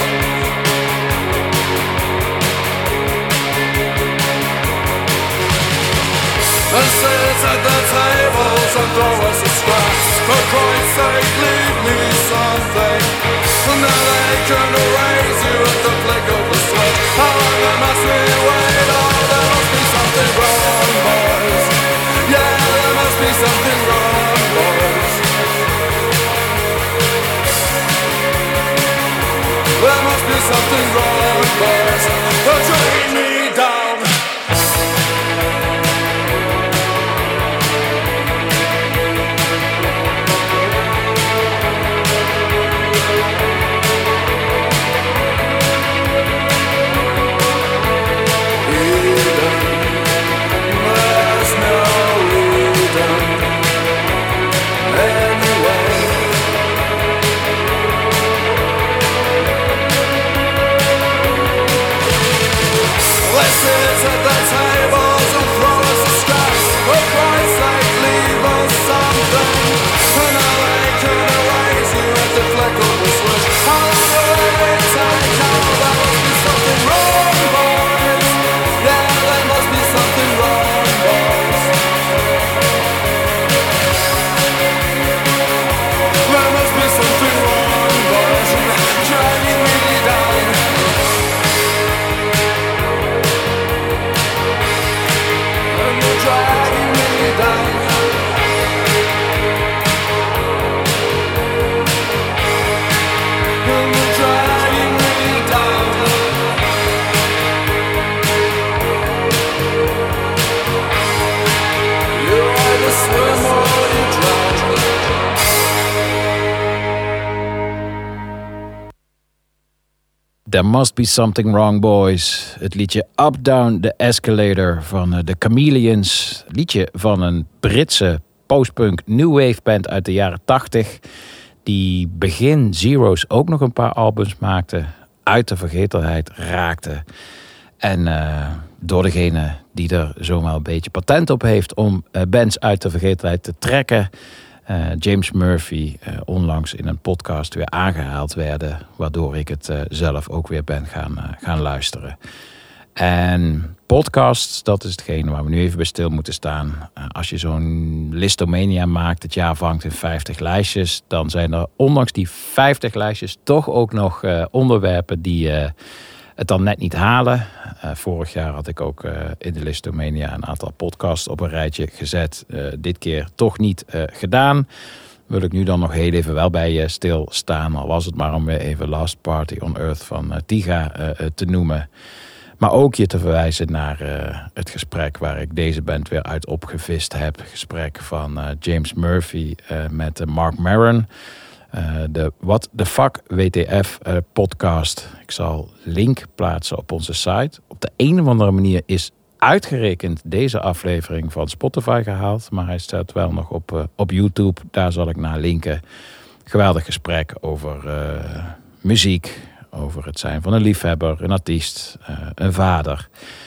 And sit at the tables and throw us a scraps. For Christ's sake, leave me something. And then they can erase you at the flick of the switch. How long must we wait? Oh, there must be something wrong, boys. Yeah, there must be something wrong, boys. There must be something wrong, boys. They're dragging me down. Sit at the tables and throw us a scraps. For Christ's sake, leave us something. And now they can erase you at the flick of the switch. How long will it take? Now there must be something wrong, boys. Yeah, there must be something wrong, boys. There must be something wrong, boys. Dragging me down. Dragging me down. And you're dragging me down. You either swim or you drown. There Must Be Something Wrong, Boys. Het liedje Up Down the Escalator van de Chameleons. Liedje van een Britse postpunk new wave band uit de jaren tachtig. Die begin Zero's ook nog een paar albums maakte. Uit de vergetelheid raakte. En uh, door degene die er zomaar een beetje patent op heeft om uh, bands uit de vergetelheid te trekken. Uh, James Murphy uh, onlangs in een podcast weer aangehaald werden. Waardoor ik het uh, zelf ook weer ben gaan, uh, gaan luisteren. En podcasts, dat is hetgene waar we nu even bij stil moeten staan. Uh, als je zo'n Listomania maakt, het jaar vangt in vijftig lijstjes. Dan zijn er ondanks die vijftig lijstjes toch ook nog uh, onderwerpen die uh, het dan net niet halen. Uh, vorig jaar had ik ook uh, in de Listomania een aantal podcasts op een rijtje gezet. Uh, dit keer toch niet uh, gedaan. Wil ik nu dan nog heel even wel bij je stilstaan. Al was het maar om weer even Last Party on Earth van uh, Tiga uh, te noemen. Maar ook je te verwijzen naar uh, het gesprek waar ik deze band weer uit opgevist heb. Gesprek van uh, James Murphy uh, met uh, Mark Maron. Uh, de What the Fuck W T F uh, podcast. Ik zal link plaatsen op onze site. Op de een of andere manier is uitgerekend deze aflevering van Spotify gehaald. Maar hij staat wel nog op, uh, op YouTube. Daar zal ik naar linken. Geweldig gesprek over uh, muziek. Over het zijn van een liefhebber, een artiest, uh, een vader.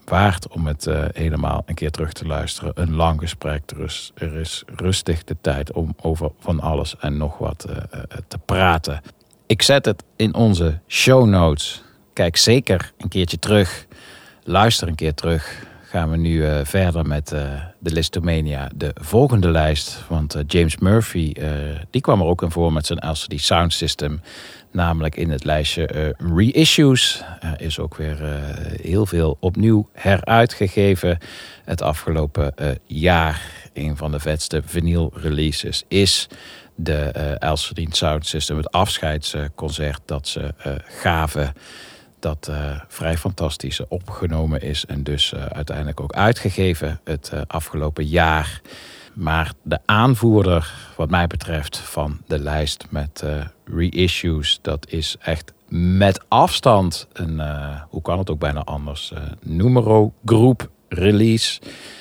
waard om het uh, helemaal een keer terug te luisteren. Een lang gesprek. Er is, er is rustig de tijd om over van alles en nog wat uh, uh, te praten. Ik zet het in onze show notes. Kijk zeker een keertje terug. Luister een keer terug. Gaan we nu uh, verder met uh, de Listomania, de volgende lijst. Want uh, James Murphy, uh, die kwam er ook in voor met zijn L C D Sound System. Namelijk in het lijstje uh, reissues. Er uh, is ook weer uh, heel veel opnieuw heruitgegeven het afgelopen uh, jaar. Een van de vetste vinyl releases is de uh, L C D Sound System, het afscheidsconcert dat ze uh, gaven. Dat uh, vrij fantastisch opgenomen is en dus uh, uiteindelijk ook uitgegeven het uh, afgelopen jaar. Maar de aanvoerder, wat mij betreft, van de lijst met uh, reissues, dat is echt met afstand een, uh, hoe kan het ook bijna anders, uh, Numero Group release.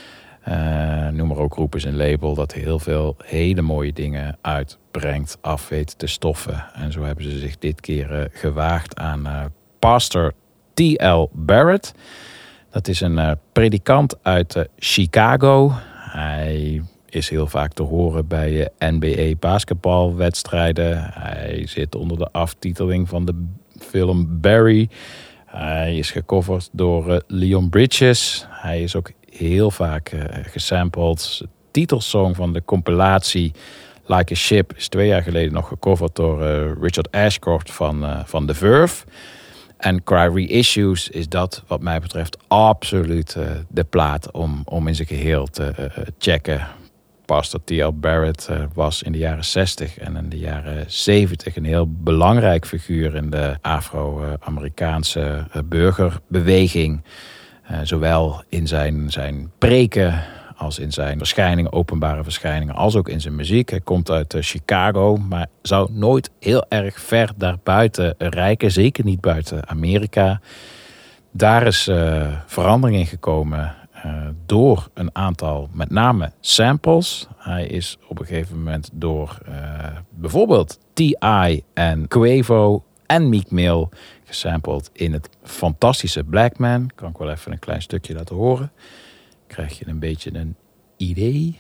Uh, Numero Group is een label dat heel veel hele mooie dingen uitbrengt, af weet te stoffen. En zo hebben ze zich dit keer uh, gewaagd aan uh, Pastor T L Barrett. Dat is een uh, predikant uit uh, Chicago. Hij is heel vaak te horen bij uh, N B A basketbalwedstrijden. Hij zit onder de aftiteling van de film Barry. Hij is gecoverd door uh, Leon Bridges. Hij is ook heel vaak uh, gesampled. De titelsong van de compilatie Like a Ship is twee jaar geleden nog gecoverd door uh, Richard Ashcroft van, uh, van The Verve. En Cry Reissues is dat wat mij betreft absoluut uh, de plaat om, om in zijn geheel te uh, checken. Pastor T L Barrett uh, was in de jaren zestig en in de jaren zeventig een heel belangrijk figuur in de Afro-Amerikaanse uh, burgerbeweging. Uh, zowel in zijn, zijn preken als in zijn verschijningen, openbare verschijningen, als ook in zijn muziek. Hij komt uit uh, Chicago, maar zou nooit heel erg ver daarbuiten reiken. Zeker niet buiten Amerika. Daar is uh, verandering in gekomen uh, door een aantal, met name samples. Hij is op een gegeven moment door uh, bijvoorbeeld T I en Quavo en Meek Mill gesampled in het fantastische Black Man. Kan ik wel even een klein stukje laten horen. Krijg je een beetje een idee.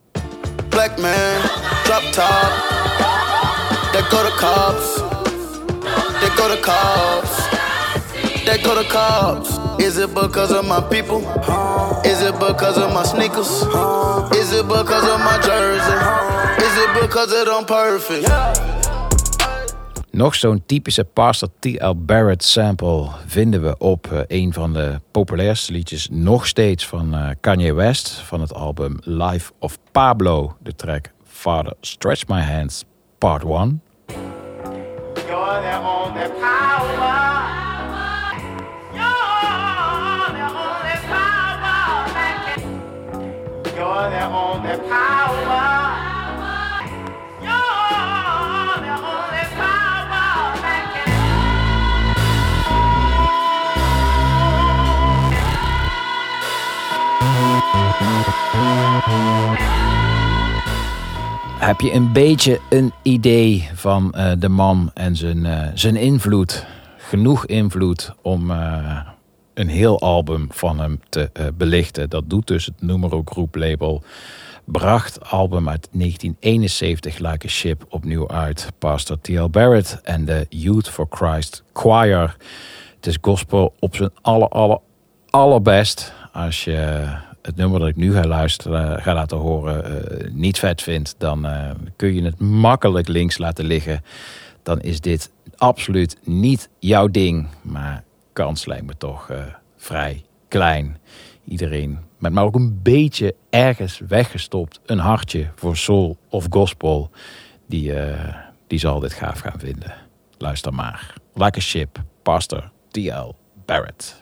Black man, drop top. They go to cops. They go to cops. They go to cops. Is it because of my people? Is it because of my sneakers? Is it because of my jersey? Is it because it I'm perfect? Nog zo'n typische Pastor T L Barrett sample vinden we op uh, een van de populairste liedjes nog steeds van uh, Kanye West. Van het album Life of Pablo, de track Father Stretch My Hands Part one. You're the only power. You're the only power. You're the only power. Heb je een beetje een idee van uh, de man en zijn, uh, zijn invloed? Genoeg invloed om uh, een heel album van hem te uh, belichten. Dat doet dus het Numero Group label. Bracht album uit negentien eenenzeventig Like a Ship opnieuw uit. Pastor T L Barrett en de Youth for Christ Choir. Het is gospel op zijn aller, aller, allerbest. Als je het nummer dat ik nu ga luisteren, ga laten horen, uh, niet vet vindt, dan uh, kun je het makkelijk links laten liggen. Dan is dit absoluut niet jouw ding. Maar kans lijkt me toch uh, vrij klein. Iedereen met maar ook een beetje ergens weggestopt een hartje voor soul of gospel, die, uh, die zal dit gaaf gaan vinden. Luister maar. Like a Ship, Pastor T L Barrett.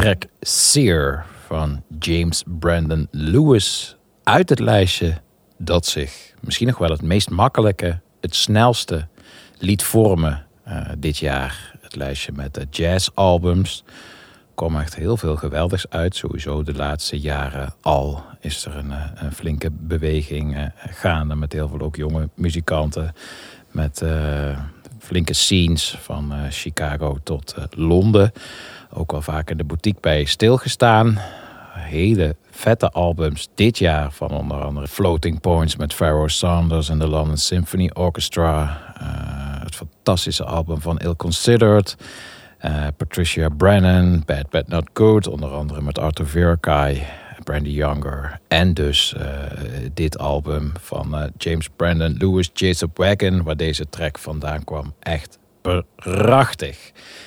track Sear van James Brandon Lewis uit het lijstje dat zich misschien nog wel het meest makkelijke, het snelste liet vormen uh, dit jaar. Het lijstje met de jazzalbums. Er kwam echt heel veel geweldigs uit. Sowieso de laatste jaren al is er een, een flinke beweging uh, gaande met heel veel ook jonge muzikanten. Met uh, flinke scenes van uh, Chicago tot uh, Londen. Ook wel vaak in de boutique bij stilgestaan. Hele vette albums dit jaar van onder andere Floating Points met Pharoah Sanders en de London Symphony Orchestra. Uh, het fantastische album van Ill Considered. Uh, Patricia Brennan, Bad Bad Not Good, onder andere met Arthur Verkai, Brandy Younger. En dus uh, dit album van uh, James Brandon Lewis, Jessup Wagon, waar deze track vandaan kwam. Echt prachtig.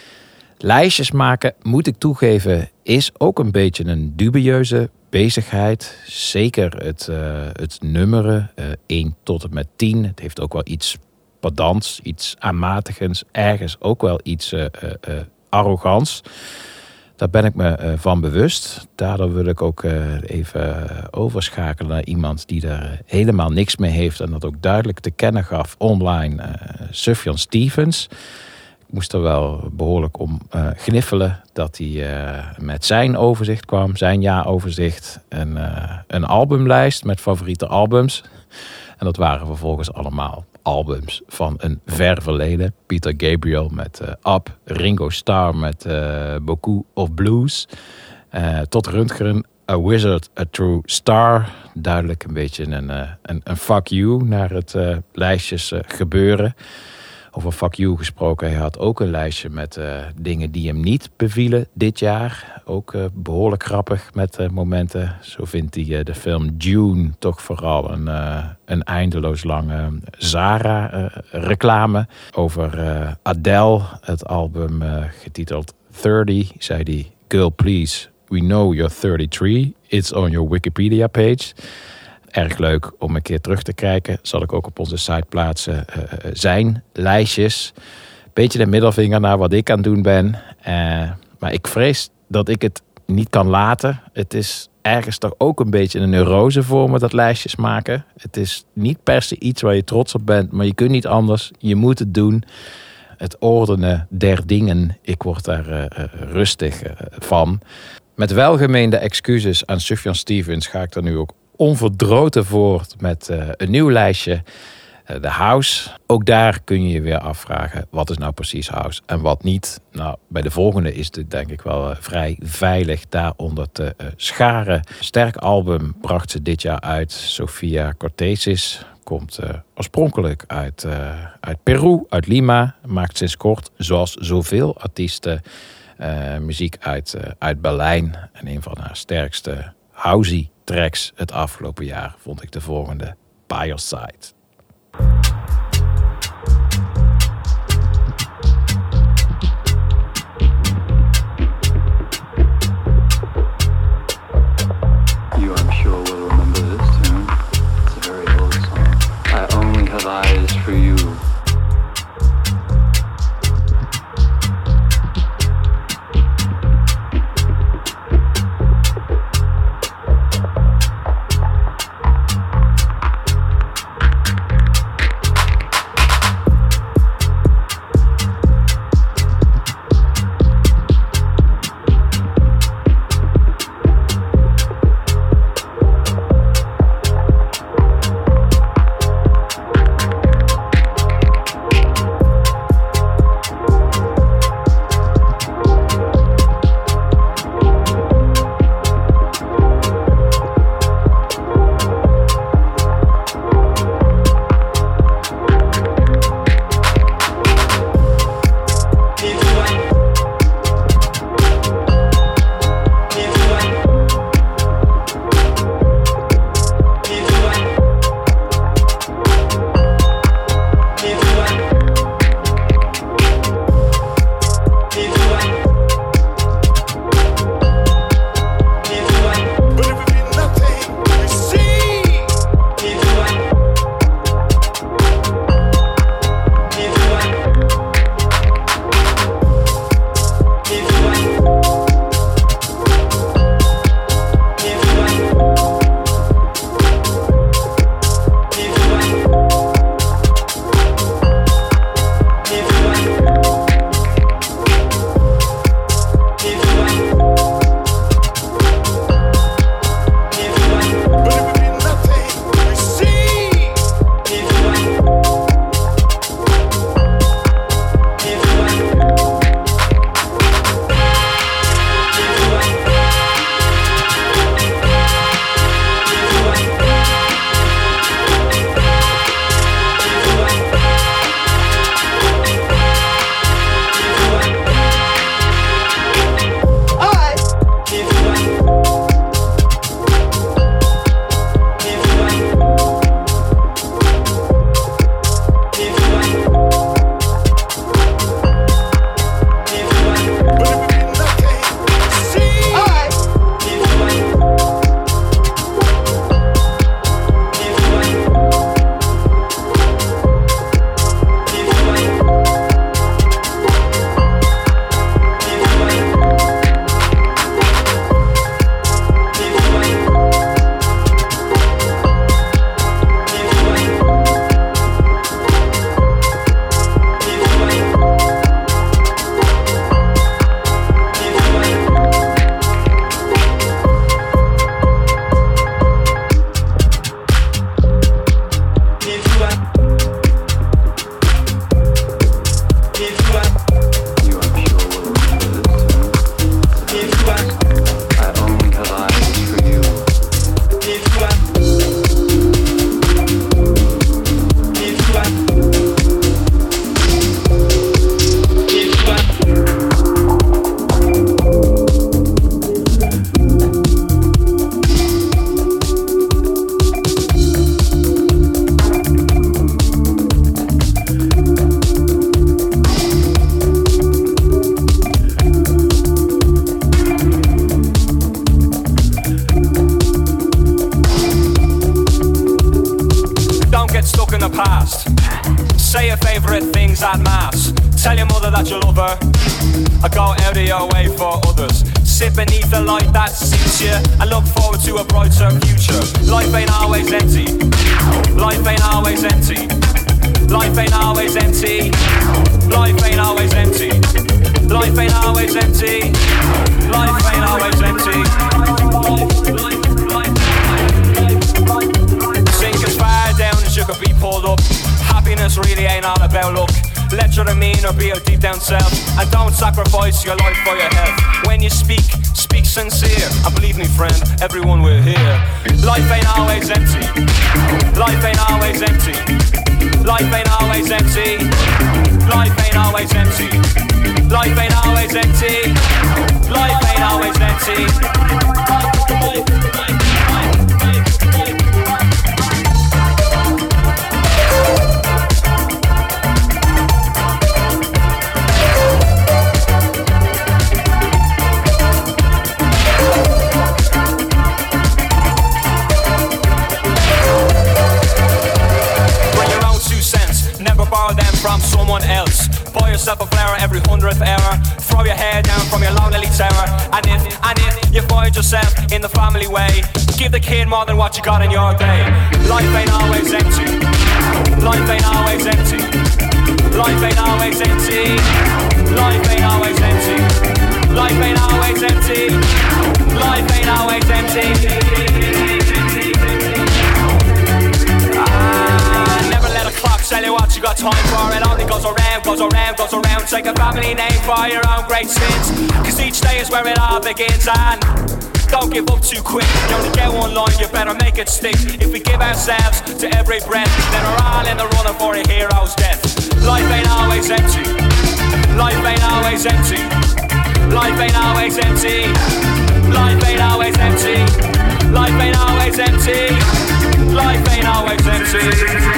Lijstjes maken, moet ik toegeven, is ook een beetje een dubieuze bezigheid. Zeker het, uh, het nummeren, uh, één tot en met tien. Het heeft ook wel iets pedants, iets aanmatigends. Ergens ook wel iets uh, uh, uh, arrogants. Daar ben ik me uh, van bewust. Daardoor wil ik ook uh, even overschakelen naar iemand die daar uh, helemaal niks mee heeft. En dat ook duidelijk te kennen gaf online. Uh, Sufjan Stevens. Ik moest er wel behoorlijk om uh, gniffelen dat hij uh, met zijn overzicht kwam, zijn jaaroverzicht. En uh, een albumlijst met favoriete albums. En dat waren vervolgens allemaal albums van een ver verleden. Peter Gabriel met uh, Up, Ringo Starr met uh, Beaucoup of Blues. Uh, tot Röntgen, A Wizard, A True Star. Duidelijk een beetje een, uh, een, een fuck you naar het uh, lijstjes uh, gebeuren. Over fuck you gesproken, hij had ook een lijstje met uh, dingen die hem niet bevielen dit jaar. Ook uh, behoorlijk grappig met uh, momenten. Zo vindt hij uh, de film Dune toch vooral een, uh, een eindeloos lange Zara-reclame. Uh, Over uh, Adele, het album uh, getiteld dertig, zei hij: Girl, please, we know you're thirty-three. It's on your Wikipedia page. Erg leuk om een keer terug te kijken. Zal ik ook op onze site plaatsen. Uh, zijn lijstjes. Beetje de middelvinger naar wat ik aan het doen ben. Uh, maar ik vrees dat ik het niet kan laten. Het is ergens toch ook een beetje een neurose voor me, dat lijstjes maken. Het is niet per se iets waar je trots op bent. Maar je kunt niet anders. Je moet het doen. Het ordenen der dingen. Ik word daar uh, rustig uh, van. Met welgemeende excuses aan Sufjan Stevens ga ik er nu ook onverdroten voort met uh, een nieuw lijstje. Uh, de house. Ook daar kun je je weer afvragen, wat is nou precies house en wat niet. Nou, bij de volgende is het denk ik wel uh, vrij veilig daaronder te uh, scharen. Sterk album bracht ze dit jaar uit. Sofia Cortesis komt uh, oorspronkelijk uit, uh, uit Peru, uit Lima. Maakt sinds kort, zoals zoveel artiesten, uh, muziek uit, uh, uit Berlijn. En een van haar sterkste housey tracks het afgelopen jaar vond ik de volgende: By Your Side. You, I'm sure, will remember this tune. It's a very old song. I only have eyes for you. last. Say your favourite things at mass. Tell your mother that you love her. I go out of your way for others. Sit beneath the light that suits you and look forward to a brighter future. Life ain't always empty. Life ain't always empty. Life ain't always empty. Life ain't always empty. Life ain't always empty. Life ain't always empty. Sink as far down as you could be pulled up. Happiness really ain't all about luck. Let your demeanor be your deep down self, and don't sacrifice your life for your health. When you speak, speak sincere, and believe me friend, everyone will hear. Life ain't always empty. Life ain't always empty. Life ain't always empty. Life ain't always empty. Life ain't always empty. Life ain't always empty. From someone else. Buy yourself a flower every hundredth hour. Throw your hair down from your lonely tower. And if, and if you find yourself in the family way, give the kid more than what you got in your day. Life ain't always empty. Life ain't always empty. Life ain't always empty. Life ain't always empty. Life ain't always empty. Life ain't always empty. Ah, never let a clock tell you what you got time for. It only goes around, goes around, goes around. Take a family name for your own great sins, cause each day is where it all begins. And don't give up too quick. You only get one line, you better make it stick. If we give ourselves to every breath, then we're all in the running for a hero's death. Life ain't always empty. Life ain't always empty. Life ain't always empty. Life ain't always empty. Life ain't always empty. Life ain't always empty.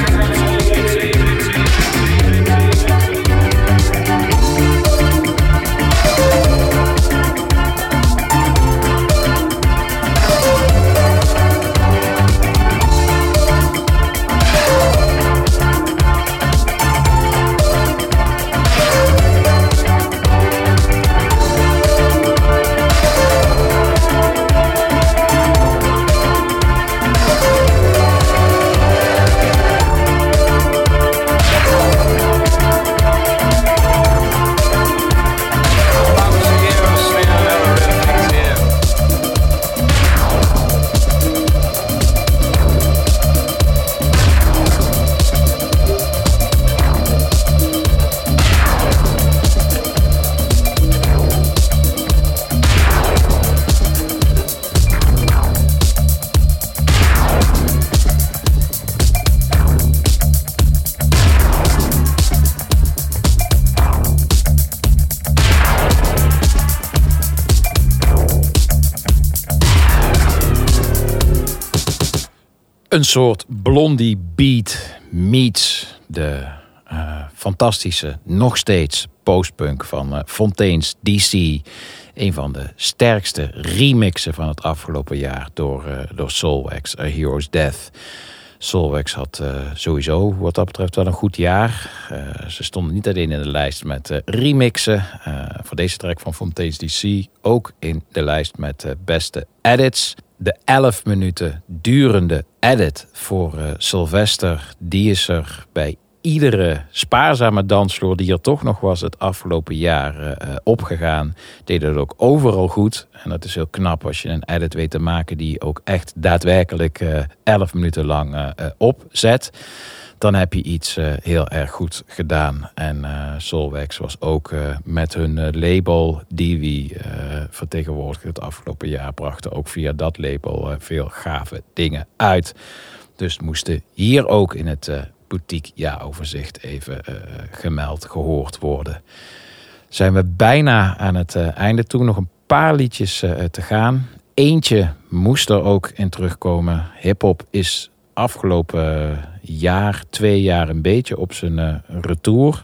Een soort Blondie beat meets de uh, fantastische, nog steeds postpunk van uh, Fontaines D C. Een van de sterkste remixen van het afgelopen jaar door, uh, door Soulwax, A Hero's Death. Soulwax had uh, sowieso wat dat betreft wel een goed jaar. Uh, ze stonden niet alleen in de lijst met uh, remixen. Uh, voor deze track van Fontaines D C ook in de lijst met uh, beste edits. De elf minuten durende edit voor uh, Sylvester, die is er bij iedere spaarzame dansvloer die er toch nog was het afgelopen jaar uh, opgegaan. Deed het ook overal goed. En dat is heel knap als je een edit weet te maken die ook echt daadwerkelijk uh, elf minuten lang uh, uh, opzet. Dan heb je iets uh, heel erg goed gedaan. En uh, Soulwax was ook uh, met hun uh, label die we uh, vertegenwoordigden het afgelopen jaar, brachten ook via dat label uh, veel gave dingen uit. Dus moesten hier ook in het uh, boutique jaaroverzicht even uh, gemeld, gehoord worden. Zijn we bijna aan het uh, einde toe. Nog een paar liedjes uh, te gaan. Eentje moest er ook in terugkomen. Hip-hop is afgelopen jaar, twee jaar een beetje op zijn uh, retour.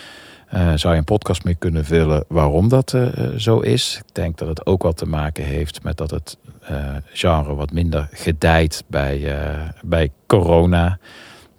Uh, zou je een podcast mee kunnen vullen waarom dat uh, zo is. Ik denk dat het ook wel te maken heeft met dat het uh, genre wat minder gedijt bij, uh, bij corona.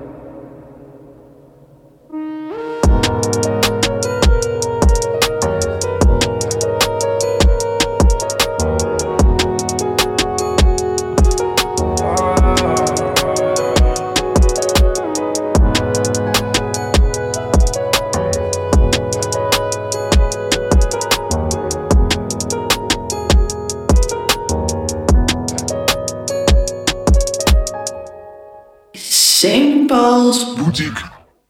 Saint Paul's Boutique.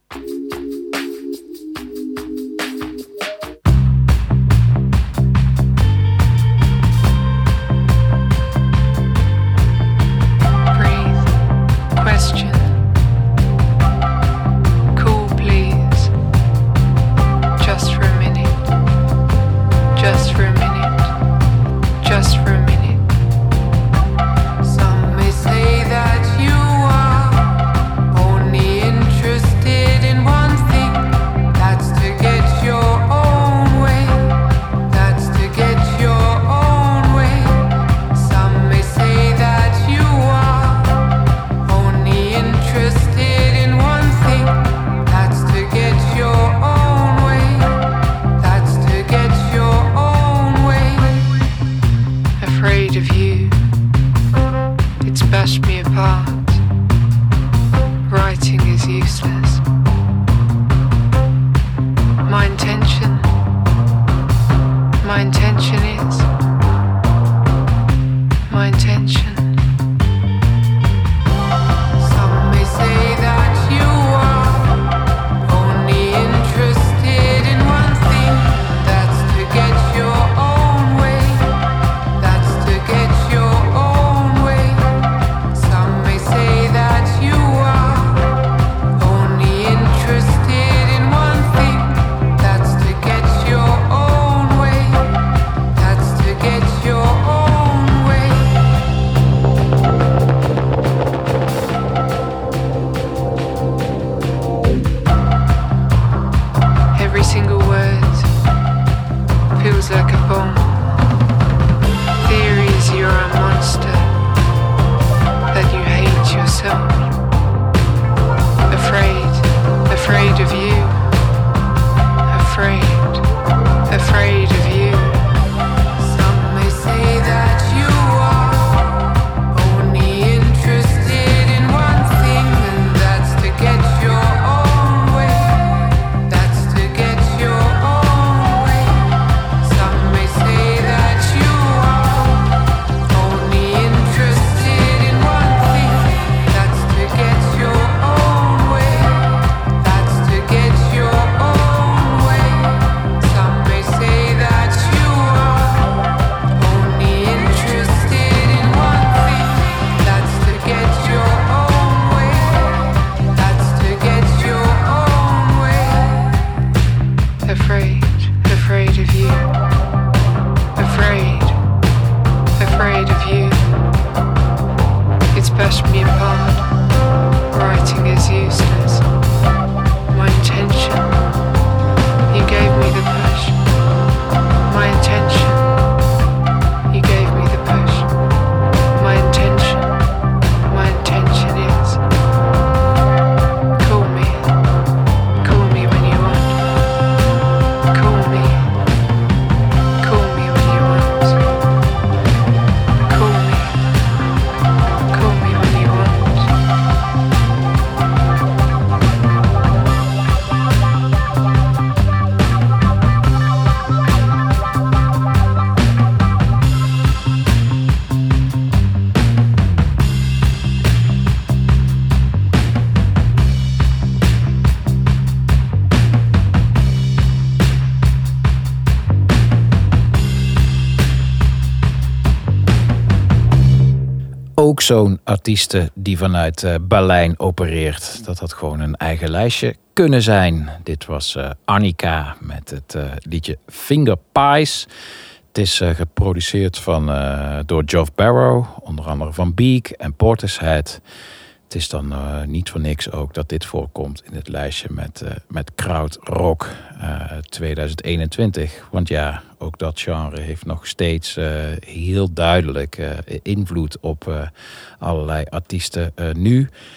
Ook zo'n artieste die vanuit uh, Berlijn opereert. Dat had gewoon een eigen lijstje kunnen zijn. Dit was uh, Annika met het uh, liedje Finger Pies. Het is uh, geproduceerd van, uh, door Geoff Barrow, onder andere van Beak en Portishead. Het is dan uh, niet voor niks ook dat dit voorkomt in het lijstje met, uh, met krautrock uh, tweeduizend eenentwintig. Want ja, ook dat genre heeft nog steeds uh, heel duidelijk uh, invloed op uh, allerlei artiesten uh, nu.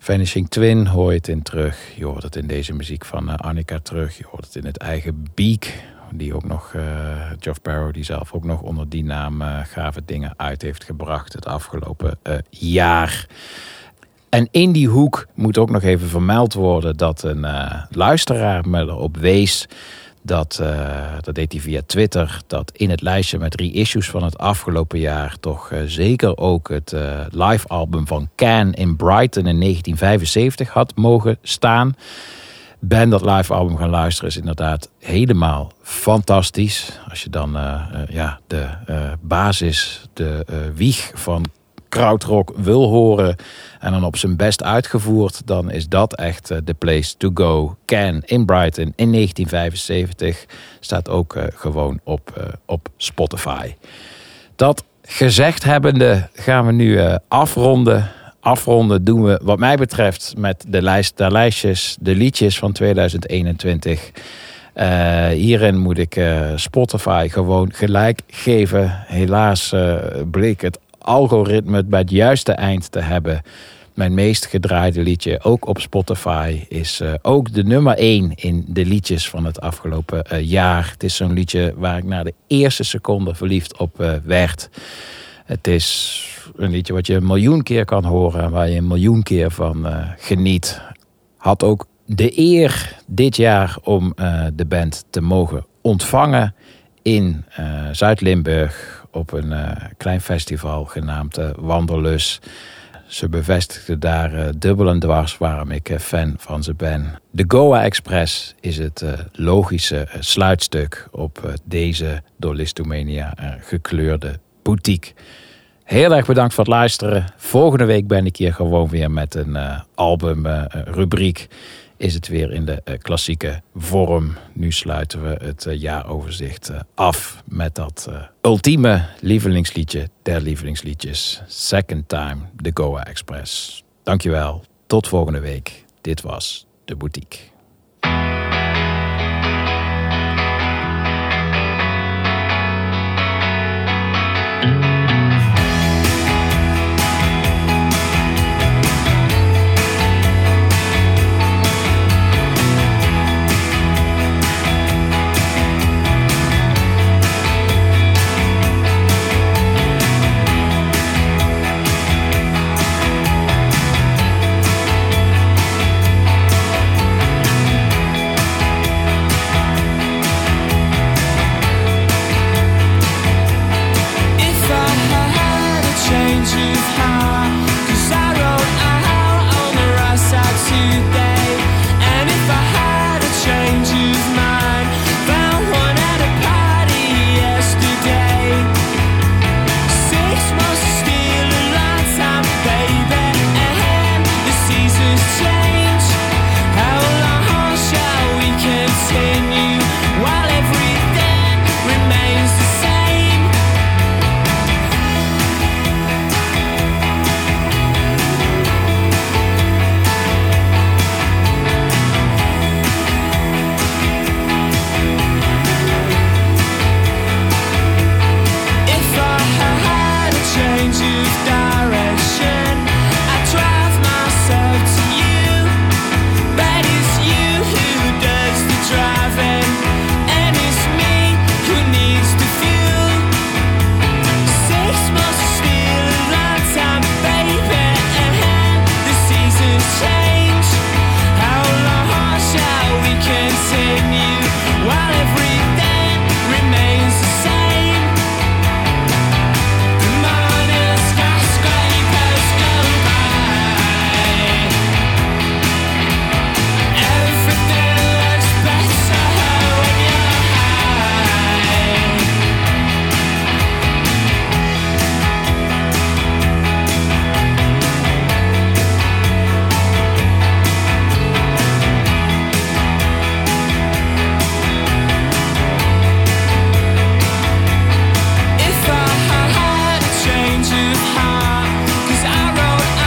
Vanishing Twin hoor je het in terug. Je hoort het in deze muziek van uh, Annika terug. Je hoort het in het eigen Beak. Die ook nog, uh, Geoff Barrow, die zelf ook nog onder die naam uh, gave dingen uit heeft gebracht het afgelopen uh, jaar. En in die hoek moet ook nog even vermeld worden dat een uh, luisteraar me erop wees. Dat, uh, dat deed hij via Twitter, dat in het lijstje met drie issues van het afgelopen jaar toch uh, zeker ook het uh, live album van Can in Brighton in negentien vijfenzeventig had mogen staan. Ben dat live album gaan luisteren is inderdaad helemaal fantastisch. Als je dan uh, uh, ja, de uh, basis, de uh, wieg van krautrock wil horen en dan op zijn best uitgevoerd, dan is dat echt uh, the place to go. Can in Brighton in negentien vijfenzeventig staat ook uh, gewoon op, uh, op Spotify. Dat gezegd hebbende gaan we nu uh, afronden. Afronden doen we wat mij betreft met de lijst der lijstjes, de liedjes van tweeduizend eenentwintig. Uh, hierin moet ik uh, Spotify gewoon gelijk geven. Helaas uh, bleek het algoritme het bij het juiste eind te hebben. Mijn meest gedraaide liedje, ook op Spotify, is uh, ook de nummer één in de liedjes van het afgelopen uh, jaar. Het is zo'n liedje waar ik na de eerste seconde verliefd op uh, werd. Het is een liedje wat je een miljoen keer kan horen, waar je een miljoen keer van uh, geniet. Had ook de eer dit jaar om uh, de band te mogen ontvangen in uh, Zuid-Limburg op een uh, klein festival genaamd uh, Wanderlus. Ze bevestigde daar uh, dubbel en dwars waarom ik uh, fan van ze ben. De Goa Express is het uh, logische uh, sluitstuk op uh, deze door Listomania uh, gekleurde boutique. Heel erg bedankt voor het luisteren. Volgende week ben ik hier gewoon weer met een uh, albumrubriek. Uh, is het weer in de uh, klassieke vorm. Nu sluiten we het uh, jaaroverzicht uh, af met dat uh, ultieme lievelingsliedje der lievelingsliedjes. Second Time, The Goa Express. Dankjewel, tot volgende week. Dit was De Boutique.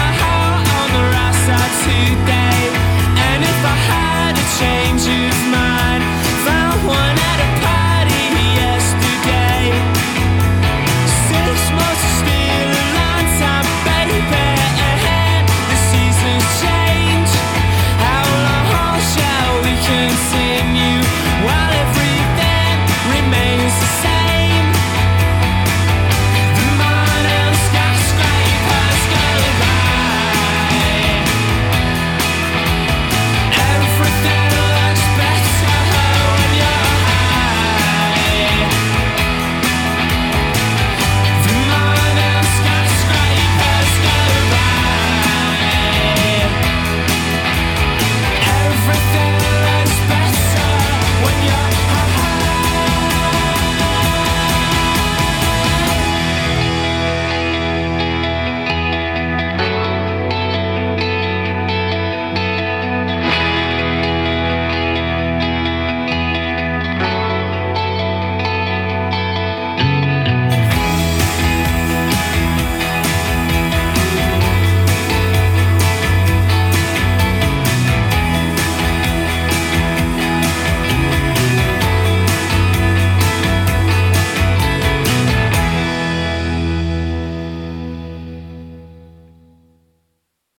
Change of mind.